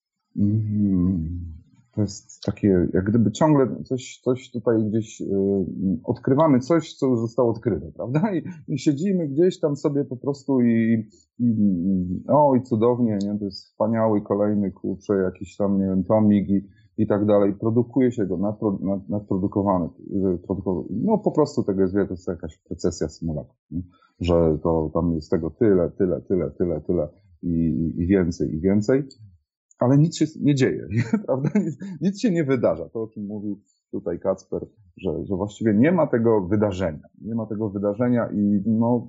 to jest takie, jak gdyby ciągle coś tutaj gdzieś odkrywamy, coś, co już zostało odkryte, prawda? I siedzimy gdzieś tam sobie po prostu i cudownie, nie? To jest wspaniały kolejny, kurczę, jakiś tam, nie wiem, tomik i tak dalej. Produkuje się go, nadprodukowany. No po prostu tego jest wiele, to jest jakaś procesja symulaków, nie? Że to tam jest tego tyle i więcej. Ale nic się nie dzieje, prawda? Nic się nie wydarza. To, o czym mówił tutaj Kacper, że właściwie nie ma tego wydarzenia. Nie ma tego wydarzenia i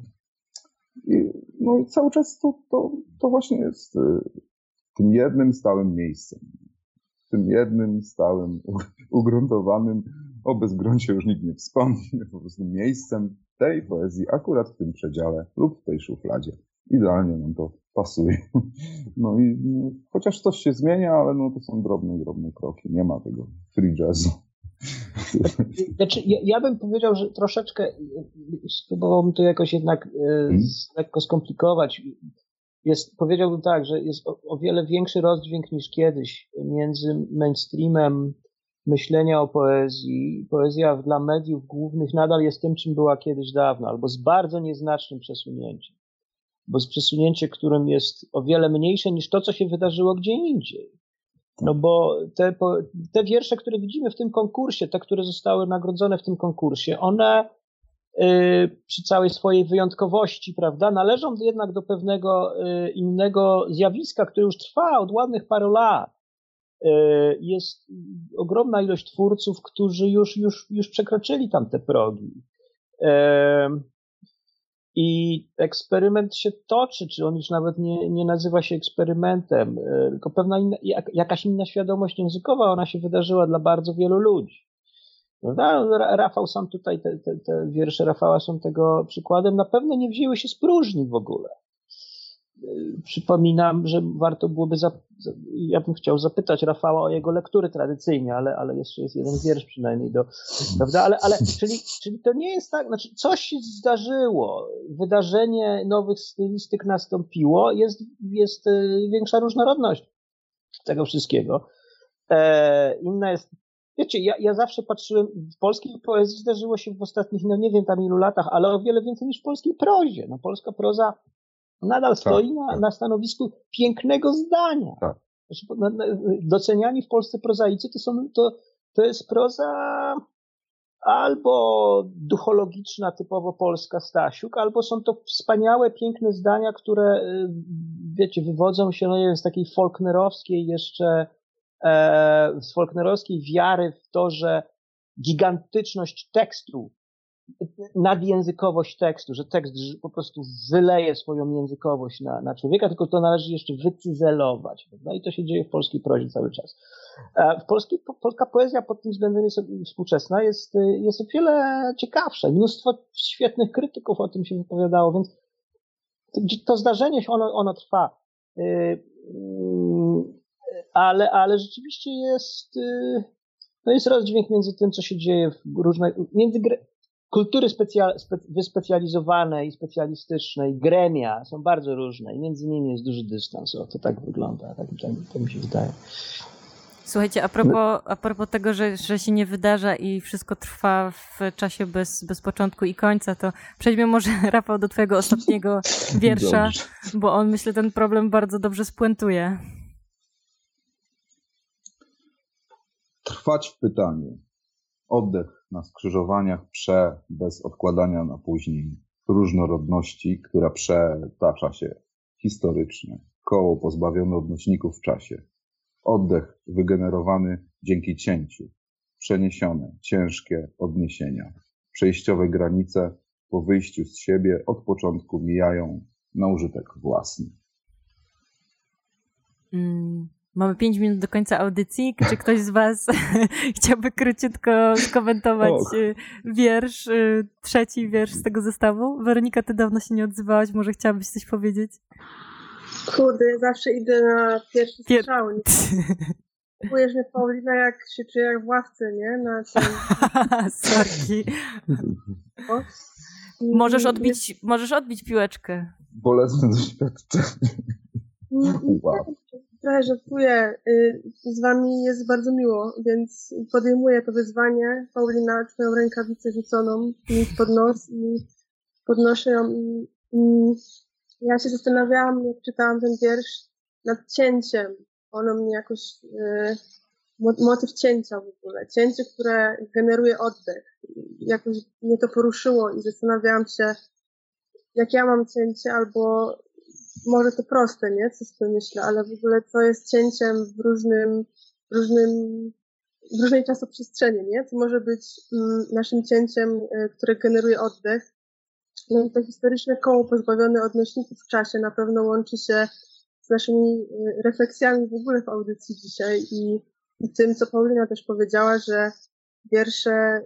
cały czas to właśnie jest tym jednym stałym miejscem. Tym jednym stałym, ugruntowanym, o bezgruncie już nikt nie wspomni, po prostu miejscem tej poezji, akurat w tym przedziale lub w tej szufladzie. Idealnie nam to pasuje. Chociaż coś się zmienia, ale to są drobne kroki. Nie ma tego free jazzu. Znaczy, ja bym powiedział, że troszeczkę spróbowałbym to jakoś jednak lekko skomplikować. Powiedziałbym tak, że jest o wiele większy rozdźwięk niż kiedyś między mainstreamem myślenia o poezji. Poezja dla mediów głównych nadal jest tym, czym była kiedyś dawno, albo z bardzo nieznacznym przesunięciem. Bo z przesunięciem, którym jest o wiele mniejsze niż to, co się wydarzyło gdzie indziej. No bo te wiersze, które widzimy w tym konkursie, te, które zostały nagrodzone w tym konkursie, one przy całej swojej wyjątkowości, prawda, należą jednak do pewnego innego zjawiska, które już trwa od ładnych paru lat. Jest ogromna ilość twórców, którzy już przekroczyli tam te progi. I eksperyment się toczy, czy on już nawet nie nazywa się eksperymentem, tylko pewna jakaś inna świadomość językowa, ona się wydarzyła dla bardzo wielu ludzi. Rafał sam tutaj, te wiersze Rafała są tego przykładem, na pewno nie wzięły się z próżni w ogóle. Przypominam, że warto byłoby, ja bym chciał zapytać Rafała o jego lektury tradycyjnie, ale jeszcze jest jeden wiersz przynajmniej prawda, czyli to nie jest tak, znaczy coś się zdarzyło, wydarzenie nowych stylistyk nastąpiło, jest większa różnorodność tego wszystkiego. Inna jest, wiecie, ja zawsze patrzyłem, w polskiej poezji zdarzyło się w ostatnich, nie wiem tam ilu latach, ale o wiele więcej niż w polskiej prozie. Polska proza nadal stoi na stanowisku pięknego zdania. Tak. Znaczy, doceniani w Polsce prozaicy to jest proza albo duchologiczna, typowo polska Stasiuk, albo są to wspaniałe, piękne zdania, które, wiecie, wywodzą się z takiej folknerowskiej jeszcze, z folknerowskiej wiary w to, że gigantyczność tekstu, nadjęzykowość tekstu, że tekst po prostu wyleje swoją językowość na człowieka, tylko to należy jeszcze wycyzelować. No i to się dzieje w polskiej prozie cały czas. Polska poezja pod tym względem współczesna jest o wiele ciekawsza. Mnóstwo świetnych krytyków o tym się wypowiadało, więc to zdarzenie ono trwa. Ale rzeczywiście jest rozdźwięk między tym, co się dzieje w różnych, kultury wyspecjalizowane i specjalistyczne i gremia są bardzo różne i między nimi jest duży dystans. To tak wygląda, tak mi się wydaje. Słuchajcie, a propos tego, że się nie wydarza i wszystko trwa w czasie bez początku i końca, to przejdźmy może, Rafał, do twojego ostatniego wiersza, bo on, myślę, ten problem bardzo dobrze spuentuje. Trwać w pytaniu. Oddech na skrzyżowaniach bez odkładania na później. różnorodności, która przetacza się historycznie, koło pozbawione odnośników w czasie, oddech wygenerowany dzięki cięciu, przeniesione, ciężkie odniesienia, przejściowe granice po wyjściu z siebie od początku mijają na użytek własny. Mamy 5 minut do końca audycji. Czy ktoś z was chciałby króciutko skomentować wiersz, trzeci wiersz z tego zestawu? Weronika, ty dawno się nie odzywałaś, może chciałabyś coś powiedzieć? Kurde, ja zawsze idę na pierwszy strzał. Kupujesz mnie, Paulina, jak się czuję jak w ławce, nie? Na tym... Sorki. Możesz odbić piłeczkę. Bolesne doświadczenie. Wow. Trochę żartuję. Z wami jest bardzo miło, więc podejmuję to wyzwanie. Paulina, twoją rękawicę rzuconą mi pod nos i podnoszę ją i ja się zastanawiałam, jak czytałam ten wiersz, nad cięciem. Ono mnie jakoś, motyw cięcia w ogóle. Cięcie, które generuje oddech. Jakoś mnie to poruszyło i zastanawiałam się, jak ja mam cięcie, albo może to proste, nie? Co sobie myślę, ale w ogóle co jest cięciem w różnej czasoprzestrzeni, nie? Co może być naszym cięciem, które generuje oddech. No i to historyczne koło pozbawione odnośników w czasie na pewno łączy się z naszymi refleksjami w ogóle w audycji dzisiaj i tym, co Paulina też powiedziała, że wiersze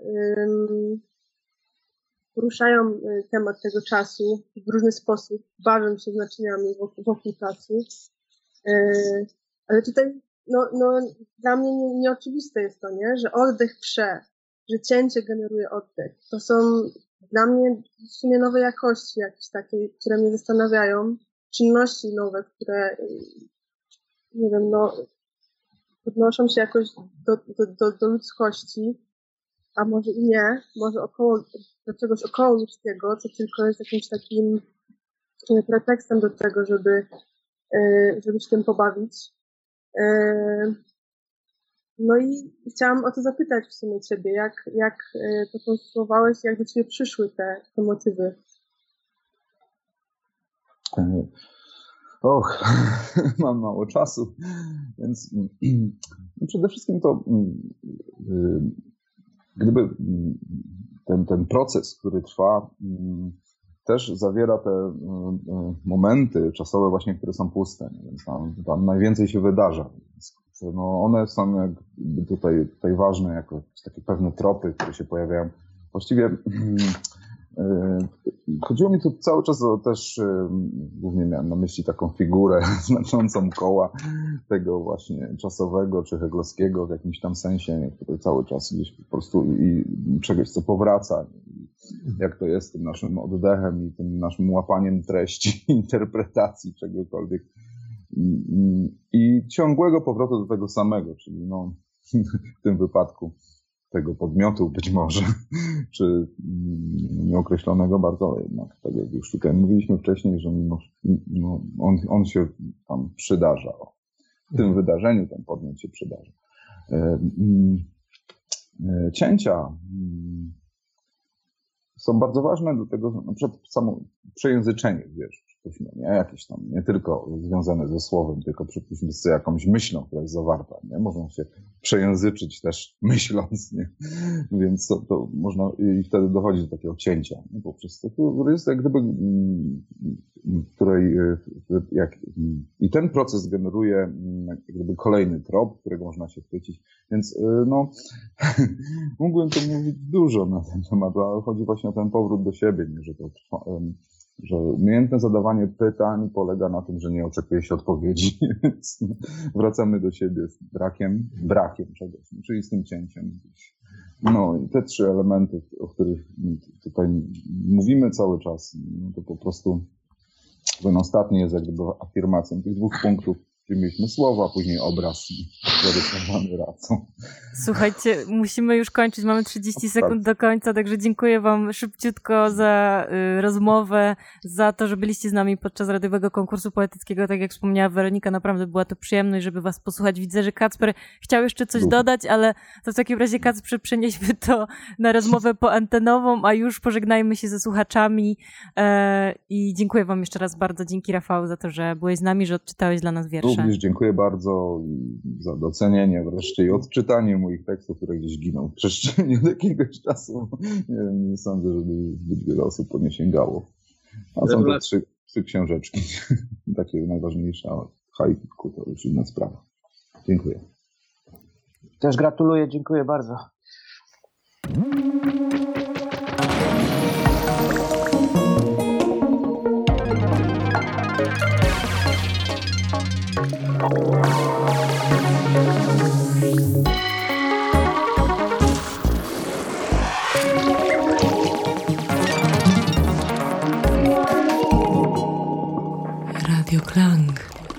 poruszają temat tego czasu w różny sposób, bawią się znaczeniami wokół czasu. Ale tutaj dla mnie nieoczywiste jest to, nie? Że oddech że cięcie generuje oddech. To są dla mnie w sumie nowe jakości jakieś takie, które mnie zastanawiają. Czynności nowe, które nie wiem, podnoszą się jakoś do ludzkości, a może i nie, może do czegoś około ludzkiego, co tylko jest jakimś takim pretekstem do tego, żeby się tym pobawić. No i chciałam o to zapytać w sumie ciebie, jak to konstruowałeś, jak do ciebie przyszły te motywy? Mam mało czasu, więc przede wszystkim to gdyby ten proces, który trwa, też zawiera te momenty czasowe właśnie, które są puste, więc tam najwięcej się wydarza. One są jakby tutaj ważne jako takie pewne tropy, które się pojawiają. Właściwie chodziło mi tu cały czas też, głównie miałem na myśli taką figurę znaczącą koła tego właśnie czasowego czy heglowskiego w jakimś tam sensie, który cały czas gdzieś po prostu i czegoś, co powraca. Jak to jest z tym naszym oddechem i tym naszym łapaniem treści, interpretacji czegokolwiek. I ciągłego powrotu do tego samego, czyli w tym wypadku tego podmiotu być może, czy nieokreślonego bardzo, jednak tak jak już tutaj mówiliśmy wcześniej, że on się tam przydarza. W tym wydarzeniu ten podmiot się przydarza. Cięcia są bardzo ważne do tego, na przykład samo przejęzyczenie, nie? Jakieś tam, nie tylko związane ze słowem, tylko przypuśćmy z jakąś myślą, która jest zawarta, nie? Można się przejęzyczyć też myśląc, nie? Więc to można i wtedy dochodzi do takiego cięcia, nie? Poprzez to, który jest jak gdyby, i ten proces generuje jak gdyby kolejny trop, którego można się chwycić, więc mógłbym tu mówić dużo na ten temat, ale chodzi właśnie o ten powrót do siebie, nie? Że umiejętne zadawanie pytań polega na tym, że nie oczekuje się odpowiedzi, więc wracamy do siebie z brakiem czegoś, czyli z tym cięciem. I te 3 elementy, o których tutaj mówimy cały czas, to po prostu ten ostatni jest jak gdyby afirmacją tych 2 punktów, czyli mieliśmy słowa, później obraz. zarysowany racą. Słuchajcie, musimy już kończyć, mamy 30 sekund do końca, także dziękuję wam szybciutko za rozmowę, za to, że byliście z nami podczas radiowego konkursu poetyckiego. Tak jak wspomniała Weronika, naprawdę była to przyjemność, żeby was posłuchać. Widzę, że Kacper chciał jeszcze coś dodać, ale to w takim razie, Kacper, przenieśmy to na rozmowę poantenową, a już pożegnajmy się ze słuchaczami i dziękuję wam jeszcze raz bardzo. Dzięki, Rafał, za to, że byłeś z nami, że odczytałeś dla nas wiersze. Również dziękuję bardzo za docenienie wreszcie i odczytanie moich tekstów, które gdzieś giną w przestrzeni od jakiegoś czasu. Nie sądzę, żeby zbyt wiele osób po nie sięgało. A są to trzy książeczki. Takie najważniejsze, a haiku to już inna sprawa. Dziękuję. Też gratuluję, dziękuję bardzo. Radio Klang.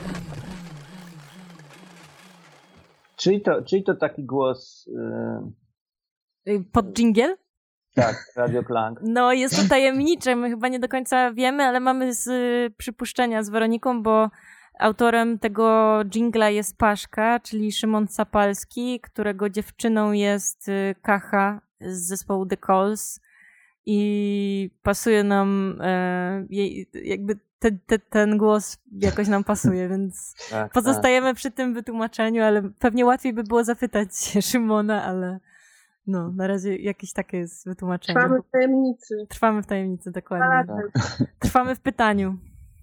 Czyj to taki głos? Pod dżingiel? Tak, Radio Klang. No, jest to tajemnicze, my chyba nie do końca wiemy, ale mamy przypuszczenia z Weroniką, bo autorem tego dżingla jest Paszka, czyli Szymon Sapalski, którego dziewczyną jest Kacha z zespołu The Calls i pasuje nam jakby ten głos jakoś nam pasuje, więc tak, pozostajemy przy tym wytłumaczeniu, ale pewnie łatwiej by było zapytać Szymona, ale no, na razie jakieś takie jest wytłumaczenie. Trwamy w tajemnicy. Trwamy w tajemnicy, dokładnie. Trwamy w pytaniu.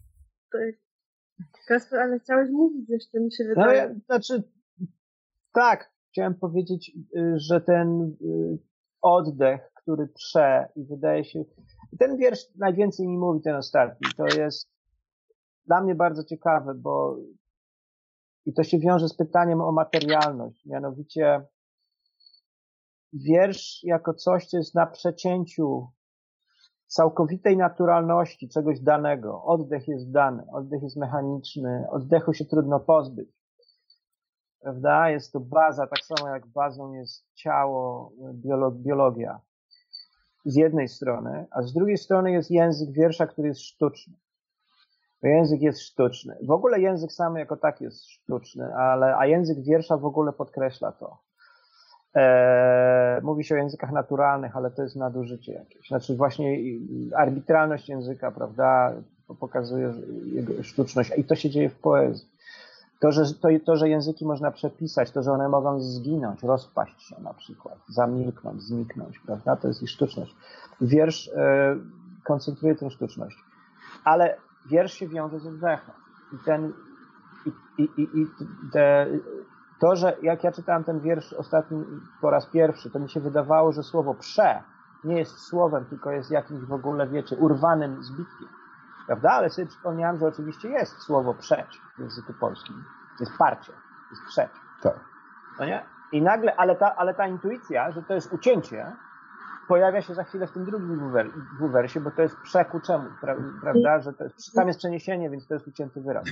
Kasper, ale chciałeś mówić jeszcze, mi się wydaje. Tak, chciałem powiedzieć, że ten oddech, który prze i wydaje się, ten wiersz najwięcej mi mówi, ten ostatni, to jest dla mnie bardzo ciekawe, bo i to się wiąże z pytaniem o materialność, mianowicie wiersz jako coś, co jest na przecięciu całkowitej naturalności czegoś danego. Oddech jest dany, oddech jest mechaniczny, oddechu się trudno pozbyć. Prawda? Jest to baza, tak samo jak bazą jest ciało, biologia. Z jednej strony, a z drugiej strony jest język wiersza, który jest sztuczny. Język jest sztuczny. W ogóle język sam jako taki jest sztuczny, a język wiersza w ogóle podkreśla to. Mówi się o językach naturalnych, ale to jest nadużycie jakieś. Znaczy właśnie arbitralność języka, prawda, pokazuje jego sztuczność. I to się dzieje w poezji. To, że języki można przepisać, to, że one mogą zginąć, rozpaść się na przykład, zamilknąć, zniknąć, prawda, to jest ich sztuczność. Wiersz koncentruje tę sztuczność. Ale wiersz się wiąże z oddechem. To, że jak ja czytałem ten wiersz ostatni po raz pierwszy, to mi się wydawało, że słowo prze nie jest słowem, tylko jest jakimś w ogóle, wiecie, urwanym zbitkiem. Prawda? Ale sobie przypomniałem, że oczywiście jest słowo przeć w języku polskim. To jest parcie, to jest przeć. Tak. No nie? I nagle, ale ta intuicja, że to jest ucięcie, pojawia się za chwilę w tym drugim dwuwersie, bo to jest prze ku czemu, prawda? Że to jest, tam jest przeniesienie, więc to jest ucięty wyraz.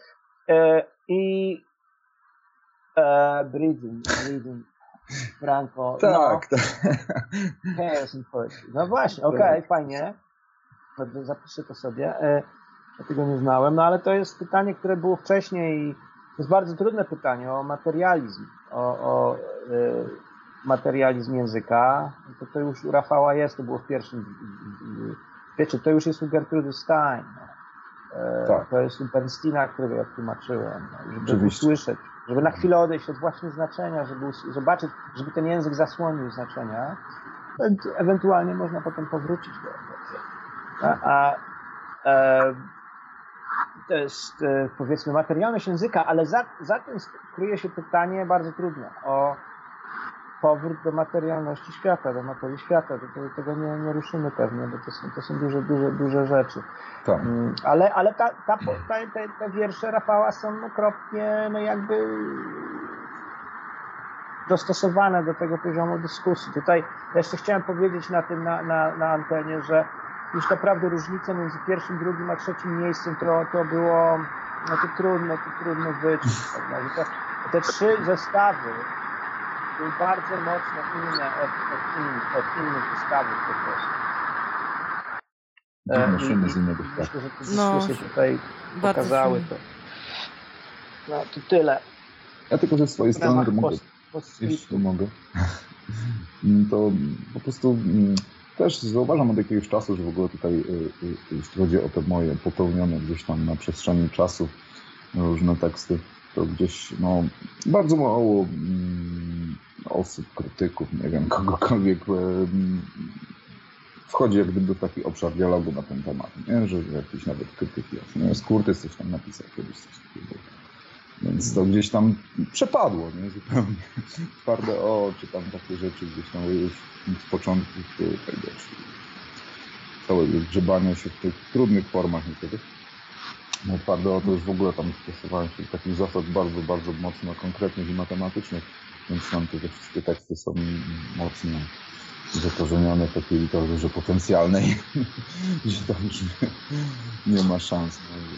Breathing, Franco. Tak, no. tak. Chaos in poetry. No właśnie, okej, fajnie. Zapiszę to sobie. Ja tego nie znałem, no ale to jest pytanie, które było wcześniej i to jest bardzo trudne pytanie o materializm, o materializm języka. To już u Rafała jest, to było w pierwszym. Wiecie, to już jest u Gertrudy Stein. Tak. To jest u Bernsteina, którego ja tłumaczyłem, żeby usłyszeć, żeby na chwilę odejść od właśnie znaczenia, żeby zobaczyć, żeby ten język zasłonił znaczenia. Ewentualnie można potem powrócić do to jest, powiedzmy, materialność języka, ale za tym kryje się pytanie bardzo trudne o powrót do materialności świata, do materii świata. Tego nie ruszymy pewnie, bo to są duże rzeczy. Tak. Ale te wiersze Rafała są okropnie, no jakby dostosowane do tego poziomu dyskusji. Tutaj jeszcze chciałem powiedzieć na antenie, że już naprawdę różnica między pierwszym, drugim a trzecim miejscem to było, no to trudno wyczuć. Te 3 zestawy były bardzo mocno inne od innych zestawów po prostu. Maszyny z innego świata. Myślę, że te dyskusje tutaj bardzo pokazały fajnie. to. No to tyle. Ja tylko ze swojej strony to mogę, jeśli mogę, to po prostu też zauważam od jakiegoś czasu, że w ogóle tutaj, jeśli chodzi o te moje popełnione gdzieś tam na przestrzeni czasu różne teksty, to gdzieś bardzo mało osób, krytyków, nie wiem, kogokolwiek wchodzi jak gdyby w taki obszar dialogu na ten temat, nie? Że jakiś nawet krytyk jest. Nie? Skurtys coś tam napisał kiedyś coś takiego. Więc to gdzieś tam przepadło, nie? Zupełnie. Twarde o, czy tam takie rzeczy gdzieś tam już z początku tego, całego grzebania się w tych trudnych formach niekiedy. No twarde o to już w ogóle tam stosowałem się do takich zasad bardzo, bardzo mocno konkretnych i matematycznych, więc tam te wszystkie teksty są mocno zakorzenione w takiej literaturze potencjalnej, że tam już nie ma szans.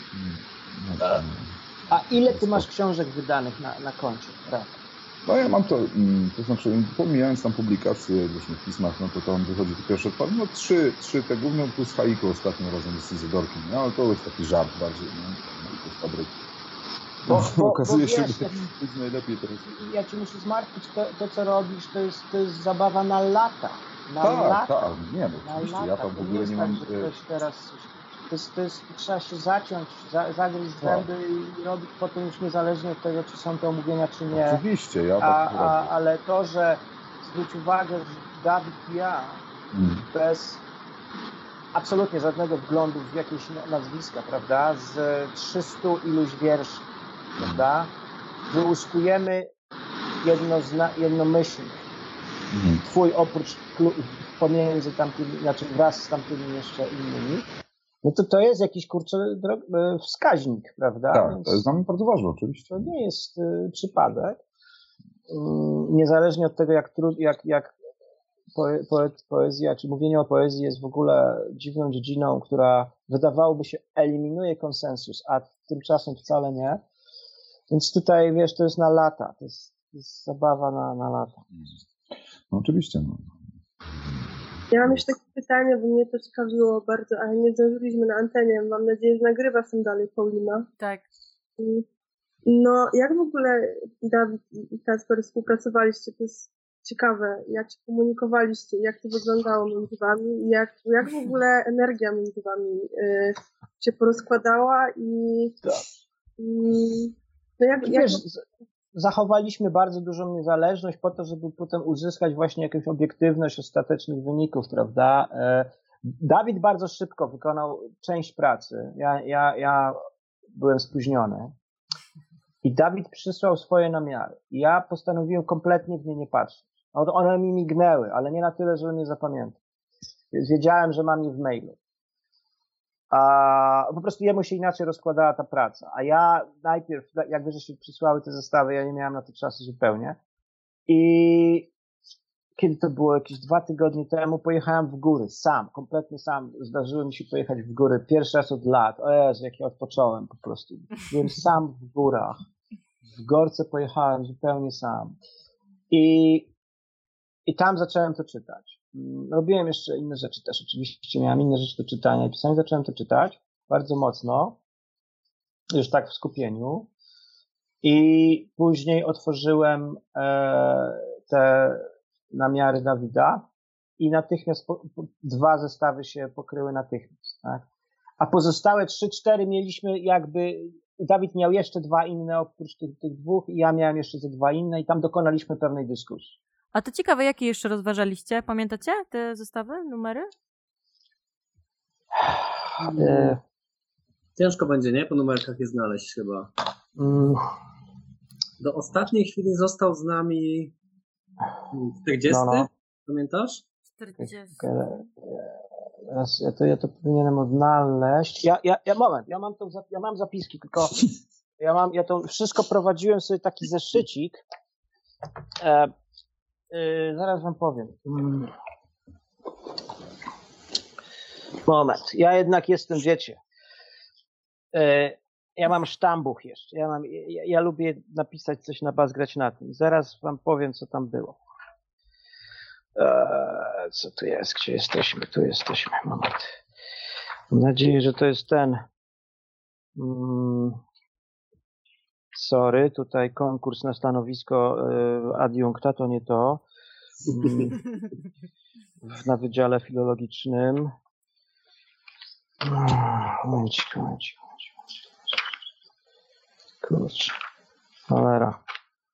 A ile ty masz książek wydanych na koncie? Tak. No ja mam to znaczy pomijając tam publikacje w różnych pismach, no to tam wychodzi tylko jeszcze trzy te główne plus haiku ostatnio razem z Izydorkiem, no ale to jest taki żart bardziej, to jest fabryka. Bo okazuje się, że być najlepiej teraz. Ja ci muszę zmartwić, to co robisz, to jest zabawa na lata. Tak, nie, bo oczywiście ja tam w ogóle nie mam... Trzeba się zaciąć, zagryźć zęby i robić potem już niezależnie od tego, czy są te omówienia, czy nie. Oczywiście, ja tak ale to, że zwróć uwagę, że Dawid i ja bez absolutnie żadnego wglądu w jakieś nazwiska, prawda, z 300 iluś wierszy, prawda, wyłuskujemy jednomyślnie. Twój oprócz pomiędzy tamtymi, znaczy wraz z tamtymi jeszcze innymi, no to jest jakiś wskaźnik, prawda? Tak, to jest dla mnie bardzo ważne oczywiście. To nie jest przypadek. Niezależnie od tego, jak poezja, czy mówienie o poezji jest w ogóle dziwną dziedziną, która wydawałoby się eliminuje konsensus, a tymczasem wcale nie. Więc tutaj, wiesz, to jest na lata. To jest zabawa na lata. No oczywiście. Ja mam jeszcze takie pytanie, bo mnie to ciekawiło bardzo, ale nie zdążyliśmy na antenie. Mam nadzieję, że nagrywa się dalej Paulina. Tak. No, jak w ogóle Dawid i Kacper współpracowaliście? To jest ciekawe. Jak się komunikowaliście? Jak to wyglądało między wami? Jak w ogóle energia między wami się porozkładała? Wiesz, zachowaliśmy bardzo dużą niezależność po to, żeby potem uzyskać właśnie jakąś obiektywność ostatecznych wyników, prawda? Dawid bardzo szybko wykonał część pracy. Ja byłem spóźniony. I Dawid przysłał swoje namiary. I ja postanowiłem kompletnie w nie nie patrzeć. One mi mignęły, ale nie na tyle, żebym je zapamiętał. Więc wiedziałem, że mam je w mailu. Po prostu jemu się inaczej rozkładała ta praca. A ja najpierw, jak żeście przysłały te zestawy, ja nie miałem na to czasu zupełnie. I kiedy to było? Jakieś 2 tygodnie temu pojechałem w góry, sam, kompletnie sam. Zdarzyło mi się pojechać w góry pierwszy raz od lat. O Jezu, jak ja odpocząłem po prostu. Byłem sam w górach. W Gorce pojechałem zupełnie sam. I tam zacząłem to czytać. Robiłem jeszcze inne rzeczy też, oczywiście miałem inne rzeczy do czytania i pisania, zacząłem to czytać bardzo mocno, już tak w skupieniu i później otworzyłem te namiary Dawida i natychmiast 2 zestawy się pokryły natychmiast, tak? A pozostałe 3-4 mieliśmy jakby, Dawid miał jeszcze 2 inne oprócz tych 2 i ja miałem jeszcze ze 2 inne i tam dokonaliśmy pewnej dyskusji. A to ciekawe, jakie jeszcze rozważaliście? Pamiętacie te zestawy, numery? Ciężko będzie, nie? Po numerkach je znaleźć chyba. Do ostatniej chwili został z nami 40. No. Pamiętasz? 40. Ja to powinienem odnaleźć. Moment, ja mam zapiski, tylko ja to wszystko prowadziłem sobie taki zeszycik. Zaraz wam powiem. Moment. Ja jednak jestem, wiecie, Ja mam sztambuch jeszcze. Ja lubię napisać coś na bas, grać na tym. Zaraz wam powiem, co tam było. Co tu jest? Gdzie jesteśmy? Tu jesteśmy. Moment. Mam nadzieję, że to jest ten. Sorry, tutaj konkurs na stanowisko adiunkta, to nie to. Na Wydziale Filologicznym. Momencik. Kurczę. Cholera.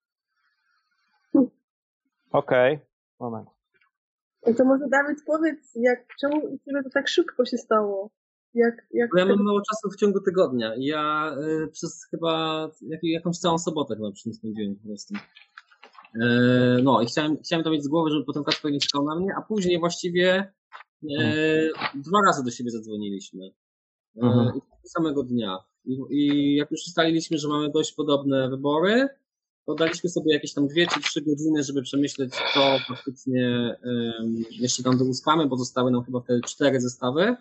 Okej. Moment. To może Dawid powiedz, czemu u ciebie to tak szybko się stało? Bo ja mam mało czasu w ciągu tygodnia. Ja przez chyba jakąś całą sobotę chyba przy tym spędziłem po prostu. No i chciałem to mieć z głowy, żeby potem Kacper nie czekał na mnie, a później właściwie 2 razy do siebie zadzwoniliśmy. I tego samego dnia. I jak już ustaliliśmy, że mamy dość podobne wybory, to daliśmy sobie jakieś tam 2 czy 3 godziny, żeby przemyśleć, co faktycznie jeszcze tam douskamy, bo zostały nam chyba wtedy 4 zestawy.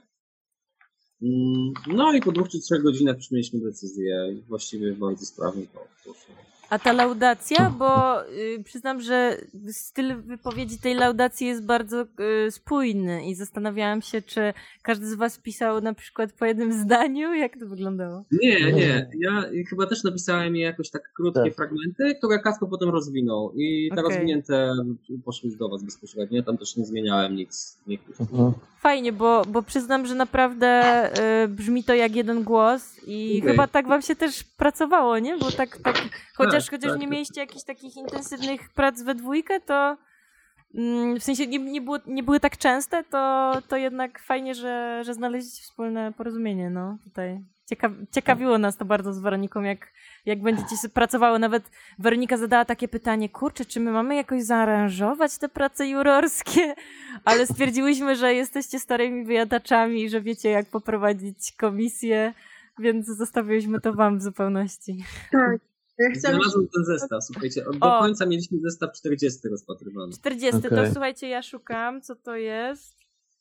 No i po 2 czy 3 godzinach już mieliśmy decyzję i właściwie bardzo sprawnie to poszło. A ta laudacja, bo przyznam, że styl wypowiedzi tej laudacji jest bardzo spójny i zastanawiałam się, czy każdy z was pisał na przykład po jednym zdaniu, jak to wyglądało? Nie. Ja chyba też napisałem je jakoś tak krótkie fragmenty, które Kacper potem rozwinął i te rozwinięte poszły do was bezpośrednio. Ja tam też nie zmieniałem nic. Fajnie, bo przyznam, że naprawdę brzmi to jak jeden głos i chyba tak wam się też pracowało, nie? Bo tak chociaż nie mieliście jakichś takich intensywnych prac we dwójkę, to w sensie nie były tak częste, to jednak fajnie, że znaleźliście wspólne porozumienie, no tutaj. Ciekawiło nas to bardzo z Weroniką, jak będziecie pracowały. Nawet Weronika zadała takie pytanie, kurczę, czy my mamy jakoś zaaranżować te prace jurorskie? Ale stwierdziłyśmy, że jesteście starymi wyjadaczami i że wiecie, jak poprowadzić komisję, więc zostawiliśmy to wam w zupełności. Tak. Znalazłem ten zestaw, słuchajcie, do końca mieliśmy zestaw 40 rozpatrywany. 40, to słuchajcie, ja szukam, co to jest.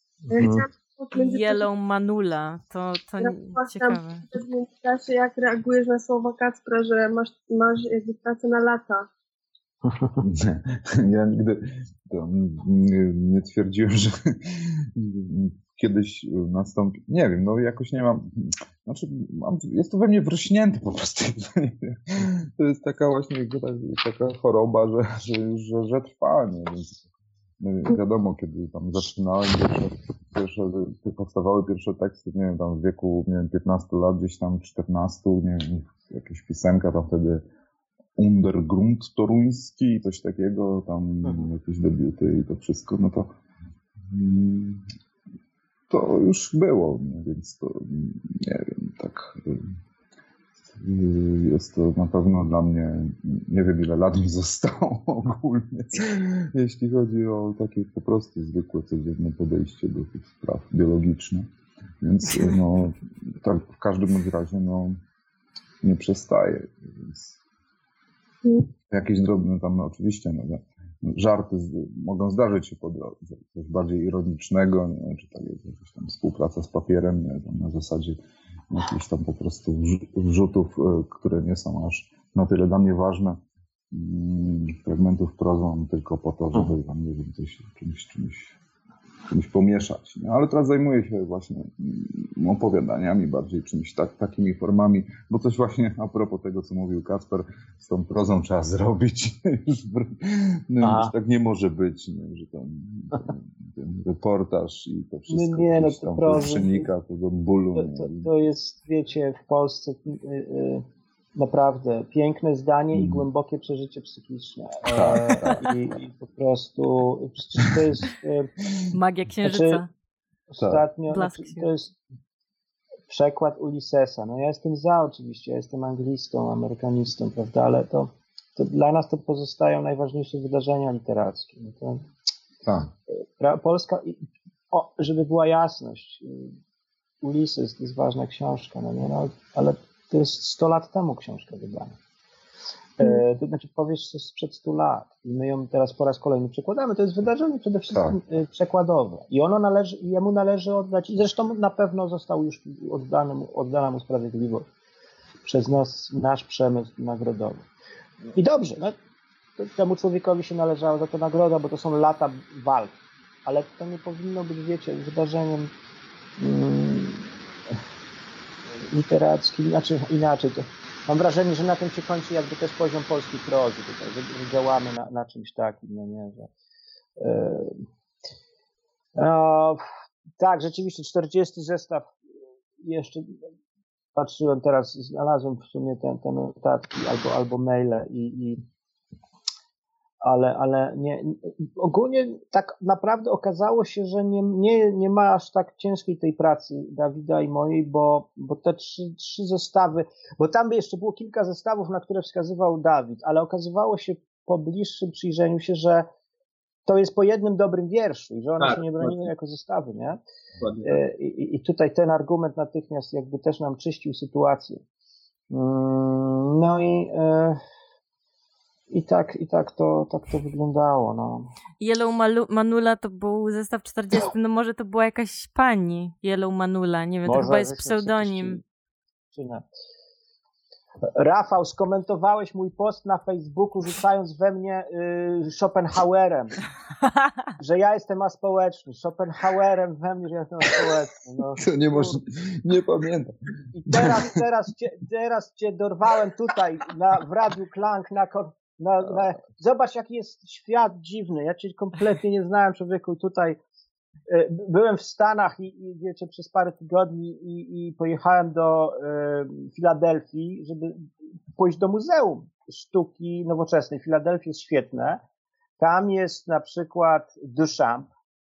Yellow Manula, to ciekawe. W międzyczasie jak reagujesz na słowa Kacpra, że masz jakby pracę na lata? Ja nigdy nie twierdziłem, że kiedyś nastąpi. Nie wiem, no jakoś nie mam. Znaczy, jest to we mnie wrośnięte po prostu. To jest taka właśnie taka choroba, że trwa, nie? Więc wiadomo, kiedy tam zaczynałem powstawały pierwsze teksty, nie wiem, tam w wieku, nie wiem, 15 lat, gdzieś tam 14, nie wiem, jakieś pisemka tam wtedy Undergrund toruński i coś takiego, tam jakieś debiuty i to wszystko, no to już było, więc to nie wiem, tak jest to na pewno dla mnie, nie wiem ile lat mi zostało ogólnie, jeśli chodzi o takie po prostu zwykłe, codzienne podejście do tych spraw biologicznych, więc no tak w każdym razie no nie przestaję, więc jakieś drobne tam oczywiście żarty mogą zdarzyć się po drodze, coś bardziej ironicznego, nie, czy tak jest jakaś tam współpraca z papierem, nie, tam na zasadzie jakichś tam po prostu wrzutów, które nie są aż na tyle dla mnie ważne, fragmentów prozą, tylko po to, żeby tam, nie wiem, coś czymś pomieszać. Nie? Ale teraz zajmuję się właśnie opowiadaniami, bardziej czymś takimi formami, bo coś właśnie a propos tego, co mówił Kacper, z tą prozą trzeba zrobić. Już tak nie może być, nie? Że ten reportaż i to wszystko tam przenika tego bólu. To jest, wiecie, w Polsce naprawdę piękne zdanie i głębokie przeżycie psychiczne. I po prostu przecież to jest... Magia Księżyca. Ostatnio to jest przekład Ulyssesa. No ja jestem oczywiście, ja jestem anglistą, amerykanistą, prawda, ale to dla nas to pozostają najważniejsze wydarzenia literackie. No to, Polska, żeby była jasność, Ulysses to jest ważna książka, ale to jest 100 lat temu książka wydana. To znaczy powieść sprzed 100 lat i my ją teraz po raz kolejny przekładamy. To jest wydarzenie przede wszystkim przekładowe i jemu należy oddać, i zresztą na pewno został już oddana mu sprawiedliwość przez nasz przemysł nagrodowy. I dobrze, no, temu człowiekowi się należała za to nagroda, bo to są lata walk, ale to nie powinno być, wiecie, wydarzeniem literackim, znaczy inaczej. To mam wrażenie, że na tym się kończy jakby też poziom polskiej prozy tutaj, że działamy na czymś takim, no nie, że tak, rzeczywiście 40 zestaw jeszcze patrzyłem teraz, znalazłem w sumie te notatki albo maile ale nie, ogólnie tak naprawdę okazało się, że nie ma aż tak ciężkiej tej pracy Dawida i mojej, bo te trzy zestawy, bo tam by jeszcze było kilka zestawów, na które wskazywał Dawid, ale okazywało się po bliższym przyjrzeniu się, że to jest po jednym dobrym wierszu i że one się nie broniły jako zestawy, nie? I tutaj ten argument natychmiast jakby też nam czyścił sytuację. No i tak to wyglądało, no. Yellow Manula to był zestaw 40, no może to była jakaś pani Yellow Manula, nie wiem, to chyba jest pseudonim. Rafał, skomentowałeś mój post na Facebooku, rzucając we mnie Schopenhauerem, że ja jestem aspołeczny. Schopenhauerem we mnie, że ja jestem aspołeczny. No, to nie pamiętam. I teraz cię dorwałem tutaj w Radiu Klang zobacz, jaki jest świat dziwny. Ja cię kompletnie nie znałem, człowieku. Tutaj byłem w Stanach i wiecie, przez parę tygodni i pojechałem do Filadelfii, żeby pójść do Muzeum Sztuki Nowoczesnej. Filadelfii jest świetne. Tam jest na przykład Duchamp.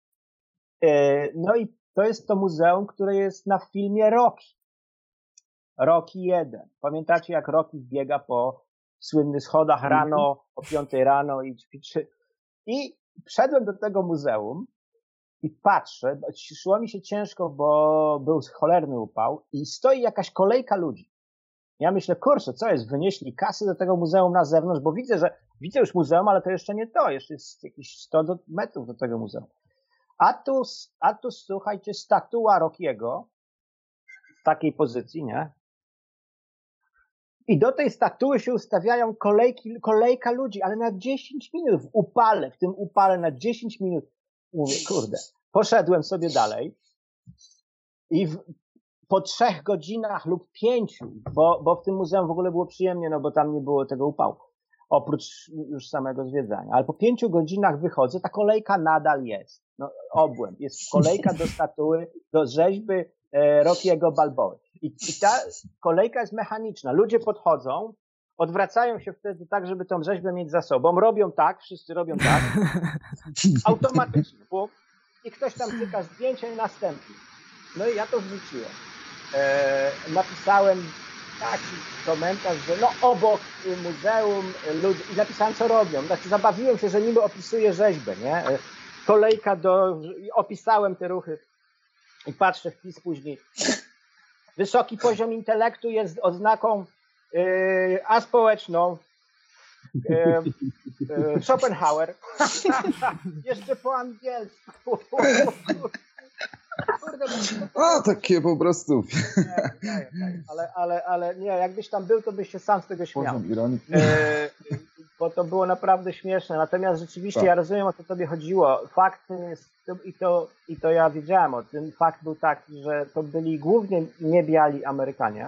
No i to jest to muzeum, które jest na filmie Rocky. Rocky 1. Pamiętacie, jak Rocky biega po słynnych schodach rano, o 5 rano i ćwiczy. I wszedłem do tego muzeum i patrzę, szło mi się ciężko, bo był cholerny upał i stoi jakaś kolejka ludzi. Ja myślę, kurczę, co jest, wynieśli kasy do tego muzeum na zewnątrz, bo widzę już muzeum, ale to jeszcze nie to, jeszcze jest jakieś 100 metrów do tego muzeum. A tu słuchajcie, statua Rockiego w takiej pozycji, nie? I do tej statuły się ustawiają kolejka ludzi, ale na 10 minut w tym upale na 10 minut. Mówię, kurde, poszedłem sobie dalej i po 3 godzinach lub 5, bo w tym muzeum w ogóle było przyjemnie, no bo tam nie było tego upału, oprócz już samego zwiedzania. Ale po 5 godzinach wychodzę, ta kolejka nadal jest. No, obłęd. Jest kolejka do statuły, do rzeźby Rockiego Balboa. I ta kolejka jest mechaniczna. Ludzie podchodzą, odwracają się wtedy tak, żeby tą rzeźbę mieć za sobą. Robią tak, wszyscy robią tak. Automatycznie. I ktoś tam cyka zdjęcie i następnie. No i ja to wrzuciłem. Napisałem taki komentarz, że no obok muzeum ludzie, i napisałem, co robią. Znaczy zabawiłem się, że niby opisuję rzeźbę, nie? Kolejka opisałem te ruchy i patrzę wpis później. Wysoki poziom intelektu jest oznaką aspołeczną. Schopenhauer. Jeszcze po angielsku. Takie po prostu. Ale nie, jakbyś tam był, to byś się sam z tego śmiał. Bo to było naprawdę śmieszne. Natomiast rzeczywiście ja rozumiem, o co tobie chodziło. Fakt jest, i to ja wiedziałem o tym, fakt był taki, że to byli głównie niebiali Amerykanie.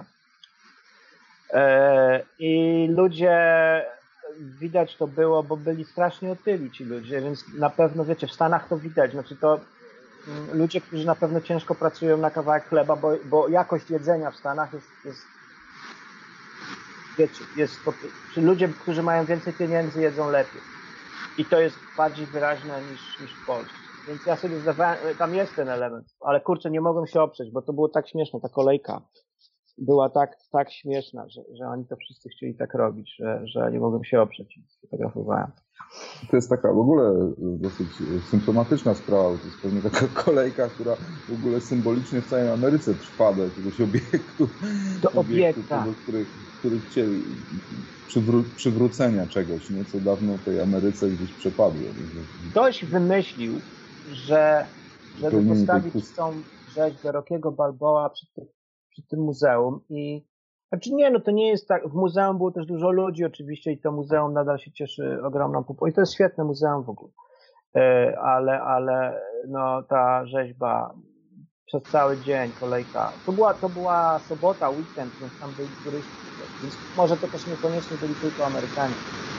I ludzie, widać to było, bo byli strasznie otyli ci ludzie, więc na pewno, wiecie, w Stanach to widać. Znaczy to ludzie, którzy na pewno ciężko pracują na kawałek chleba, bo jakość jedzenia w Stanach jest wiecie, ludzie, którzy mają więcej pieniędzy, jedzą lepiej. I to jest bardziej wyraźne niż w Polsce. Więc ja sobie zdawałem, tam jest ten element, ale kurczę, nie mogłem się oprzeć, bo to było tak śmieszne, ta kolejka była tak śmieszna, że oni to wszyscy chcieli tak robić, że nie mogłem się oprzeć i fotografowałem. To jest taka w ogóle dosyć symptomatyczna sprawa, to jest pewnie taka kolejka, która w ogóle symbolicznie w całej Ameryce trwa do jakiegoś obiektu. Do obiektu, który chcieli przywrócenia czegoś, nie? Co dawno w tej Ameryce gdzieś przepadło. Ktoś wymyślił, żeby postawić tą rzeźbę Rockiego Balboa przy tym muzeum i Znaczy nie, no to nie jest tak. W muzeum było też dużo ludzi oczywiście i to muzeum nadal się cieszy ogromną popularnością. I to jest świetne muzeum w ogóle. Ale no ta rzeźba przez cały dzień, kolejka. To była sobota, weekend, więc tam byli turyści. Więc może to też niekoniecznie byli tylko Amerykanie.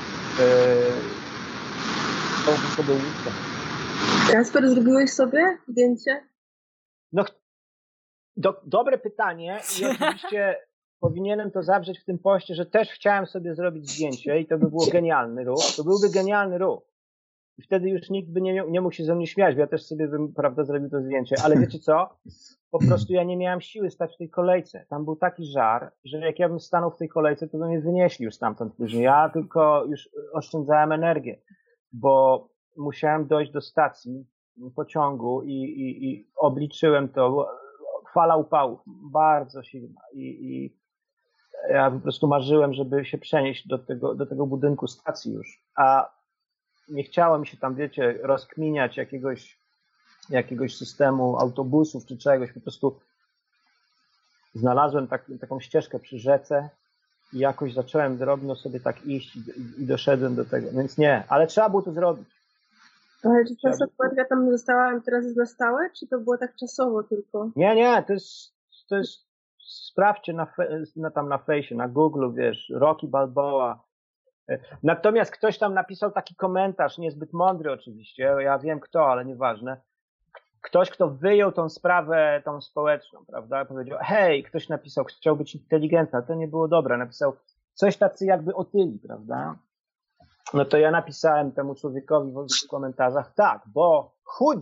To był weekend. Kasper, zrobiłeś sobie zdjęcie? No, dobre pytanie i oczywiście powinienem to zawrzeć w tym poście, że też chciałem sobie zrobić zdjęcie i to by było genialny ruch. To byłby genialny ruch. I wtedy już nikt by nie mógł się ze mnie śmiać, bo ja też sobie bym, prawda, zrobił to zdjęcie. Ale wiecie co? Po prostu ja nie miałem siły stać w tej kolejce. Tam był taki żar, że jak ja bym stanął w tej kolejce, to by mnie wynieśli już stamtąd później. Ja tylko już oszczędzałem energię, bo musiałem dojść do stacji pociągu i obliczyłem to. Fala upałów, bardzo silna i ja po prostu marzyłem, żeby się przenieść do tego budynku stacji już, a nie chciało mi się tam, wiecie, rozkminiać jakiegoś systemu autobusów czy czegoś, po prostu znalazłem taką ścieżkę przy rzece i jakoś zacząłem drobno sobie tak iść i doszedłem do tego, więc nie, ale trzeba było to zrobić. Ale czy ta statuetka tam została teraz jest na stałe, czy to było tak czasowo tylko? Nie, to jest sprawdźcie na fejsie, na Google, wiesz, Rocky Balboa. Natomiast ktoś tam napisał taki komentarz, niezbyt mądry oczywiście, ja wiem kto, ale nieważne. Ktoś, kto wyjął tą sprawę, tą społeczną, prawda, powiedział, hej, ktoś napisał, chciał być inteligentny, to nie było dobre, napisał coś tacy jakby otyli, prawda. No to ja napisałem temu człowiekowi w komentarzach, tak, bo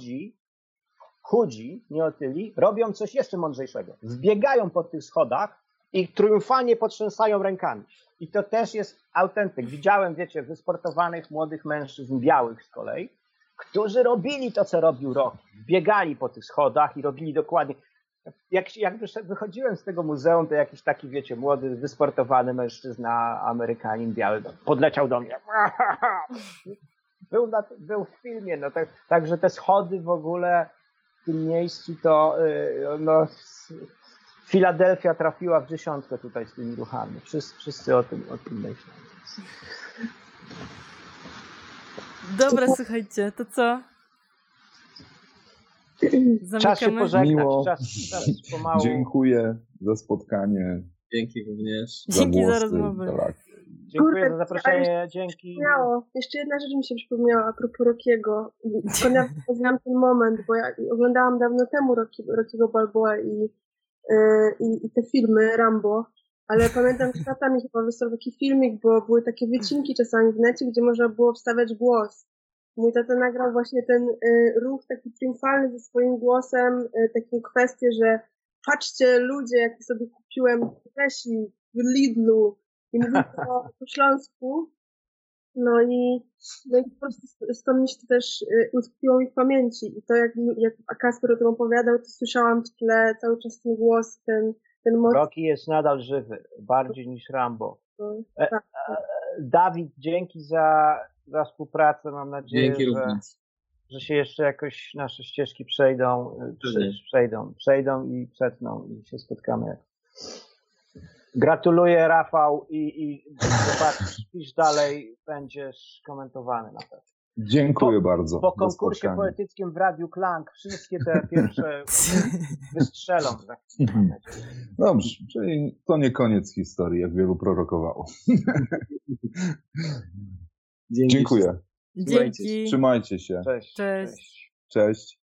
chudzi, nie otyli, robią coś jeszcze mądrzejszego. Wbiegają po tych schodach i triumfalnie potrzęsają rękami. I to też jest autentyk. Widziałem, wiecie, wysportowanych młodych mężczyzn, białych z kolei, którzy robili to, co robił Rocky. Biegali po tych schodach i robili dokładnie. Jak wychodziłem z tego muzeum, to jakiś taki, wiecie, młody, wysportowany mężczyzna, Amerykanin biały, podleciał do mnie. Był w filmie, no także te schody w ogóle w tym miejscu to no, Filadelfia trafiła w dziesiątkę tutaj z tymi ruchami. Wszyscy o tym myślą. Dobra, słuchajcie, to co? Zamykamy? Czas się pożegnać. Miło. Czas pomału. Dziękuję za spotkanie. Dzięki również. Dzięki za głosy, rozmowę. tak. Dziękuję za zaproszenie. Dzięki. Jeszcze jedna rzecz mi się przypomniała a propos Rockiego. Tylko ja poznałam ten moment, bo ja oglądałam dawno temu Rockiego Balboa i te filmy, Rambo, ale pamiętam, że tata mi chyba wysłał taki filmik, bo były takie wycinki czasami w necie, gdzie można było wstawiać głos. Mój tata nagrał właśnie ten ruch taki triumfalny ze swoim głosem, taką kwestię, że patrzcie ludzie, jakie sobie kupiłem Resi w Lidlu i mówił to po śląsku. No i po prostu stąd mi się to też utkwiło mi w pamięci. I to jak Kasper o tym opowiadał, to słyszałam w tle cały czas ten głos, ten moc. Rocky jest nadal żywy, bardziej niż Rambo. Tak. Dawid, dzięki za współpracę. Mam nadzieję, że się jeszcze jakoś nasze ścieżki przejdą i przetną i się spotkamy. Gratuluję, Rafał, i zobaczysz dalej, będziesz komentowany na pewno. Dziękuję bardzo. Po konkursie poetyckim w Radiu Klang wszystkie te pierwsze wystrzelą. Tak? Dobrze, czyli to nie koniec historii, jak wielu prorokowało. Dziękuję. Dzięki. Trzymajcie się. Cześć. Cześć. Cześć.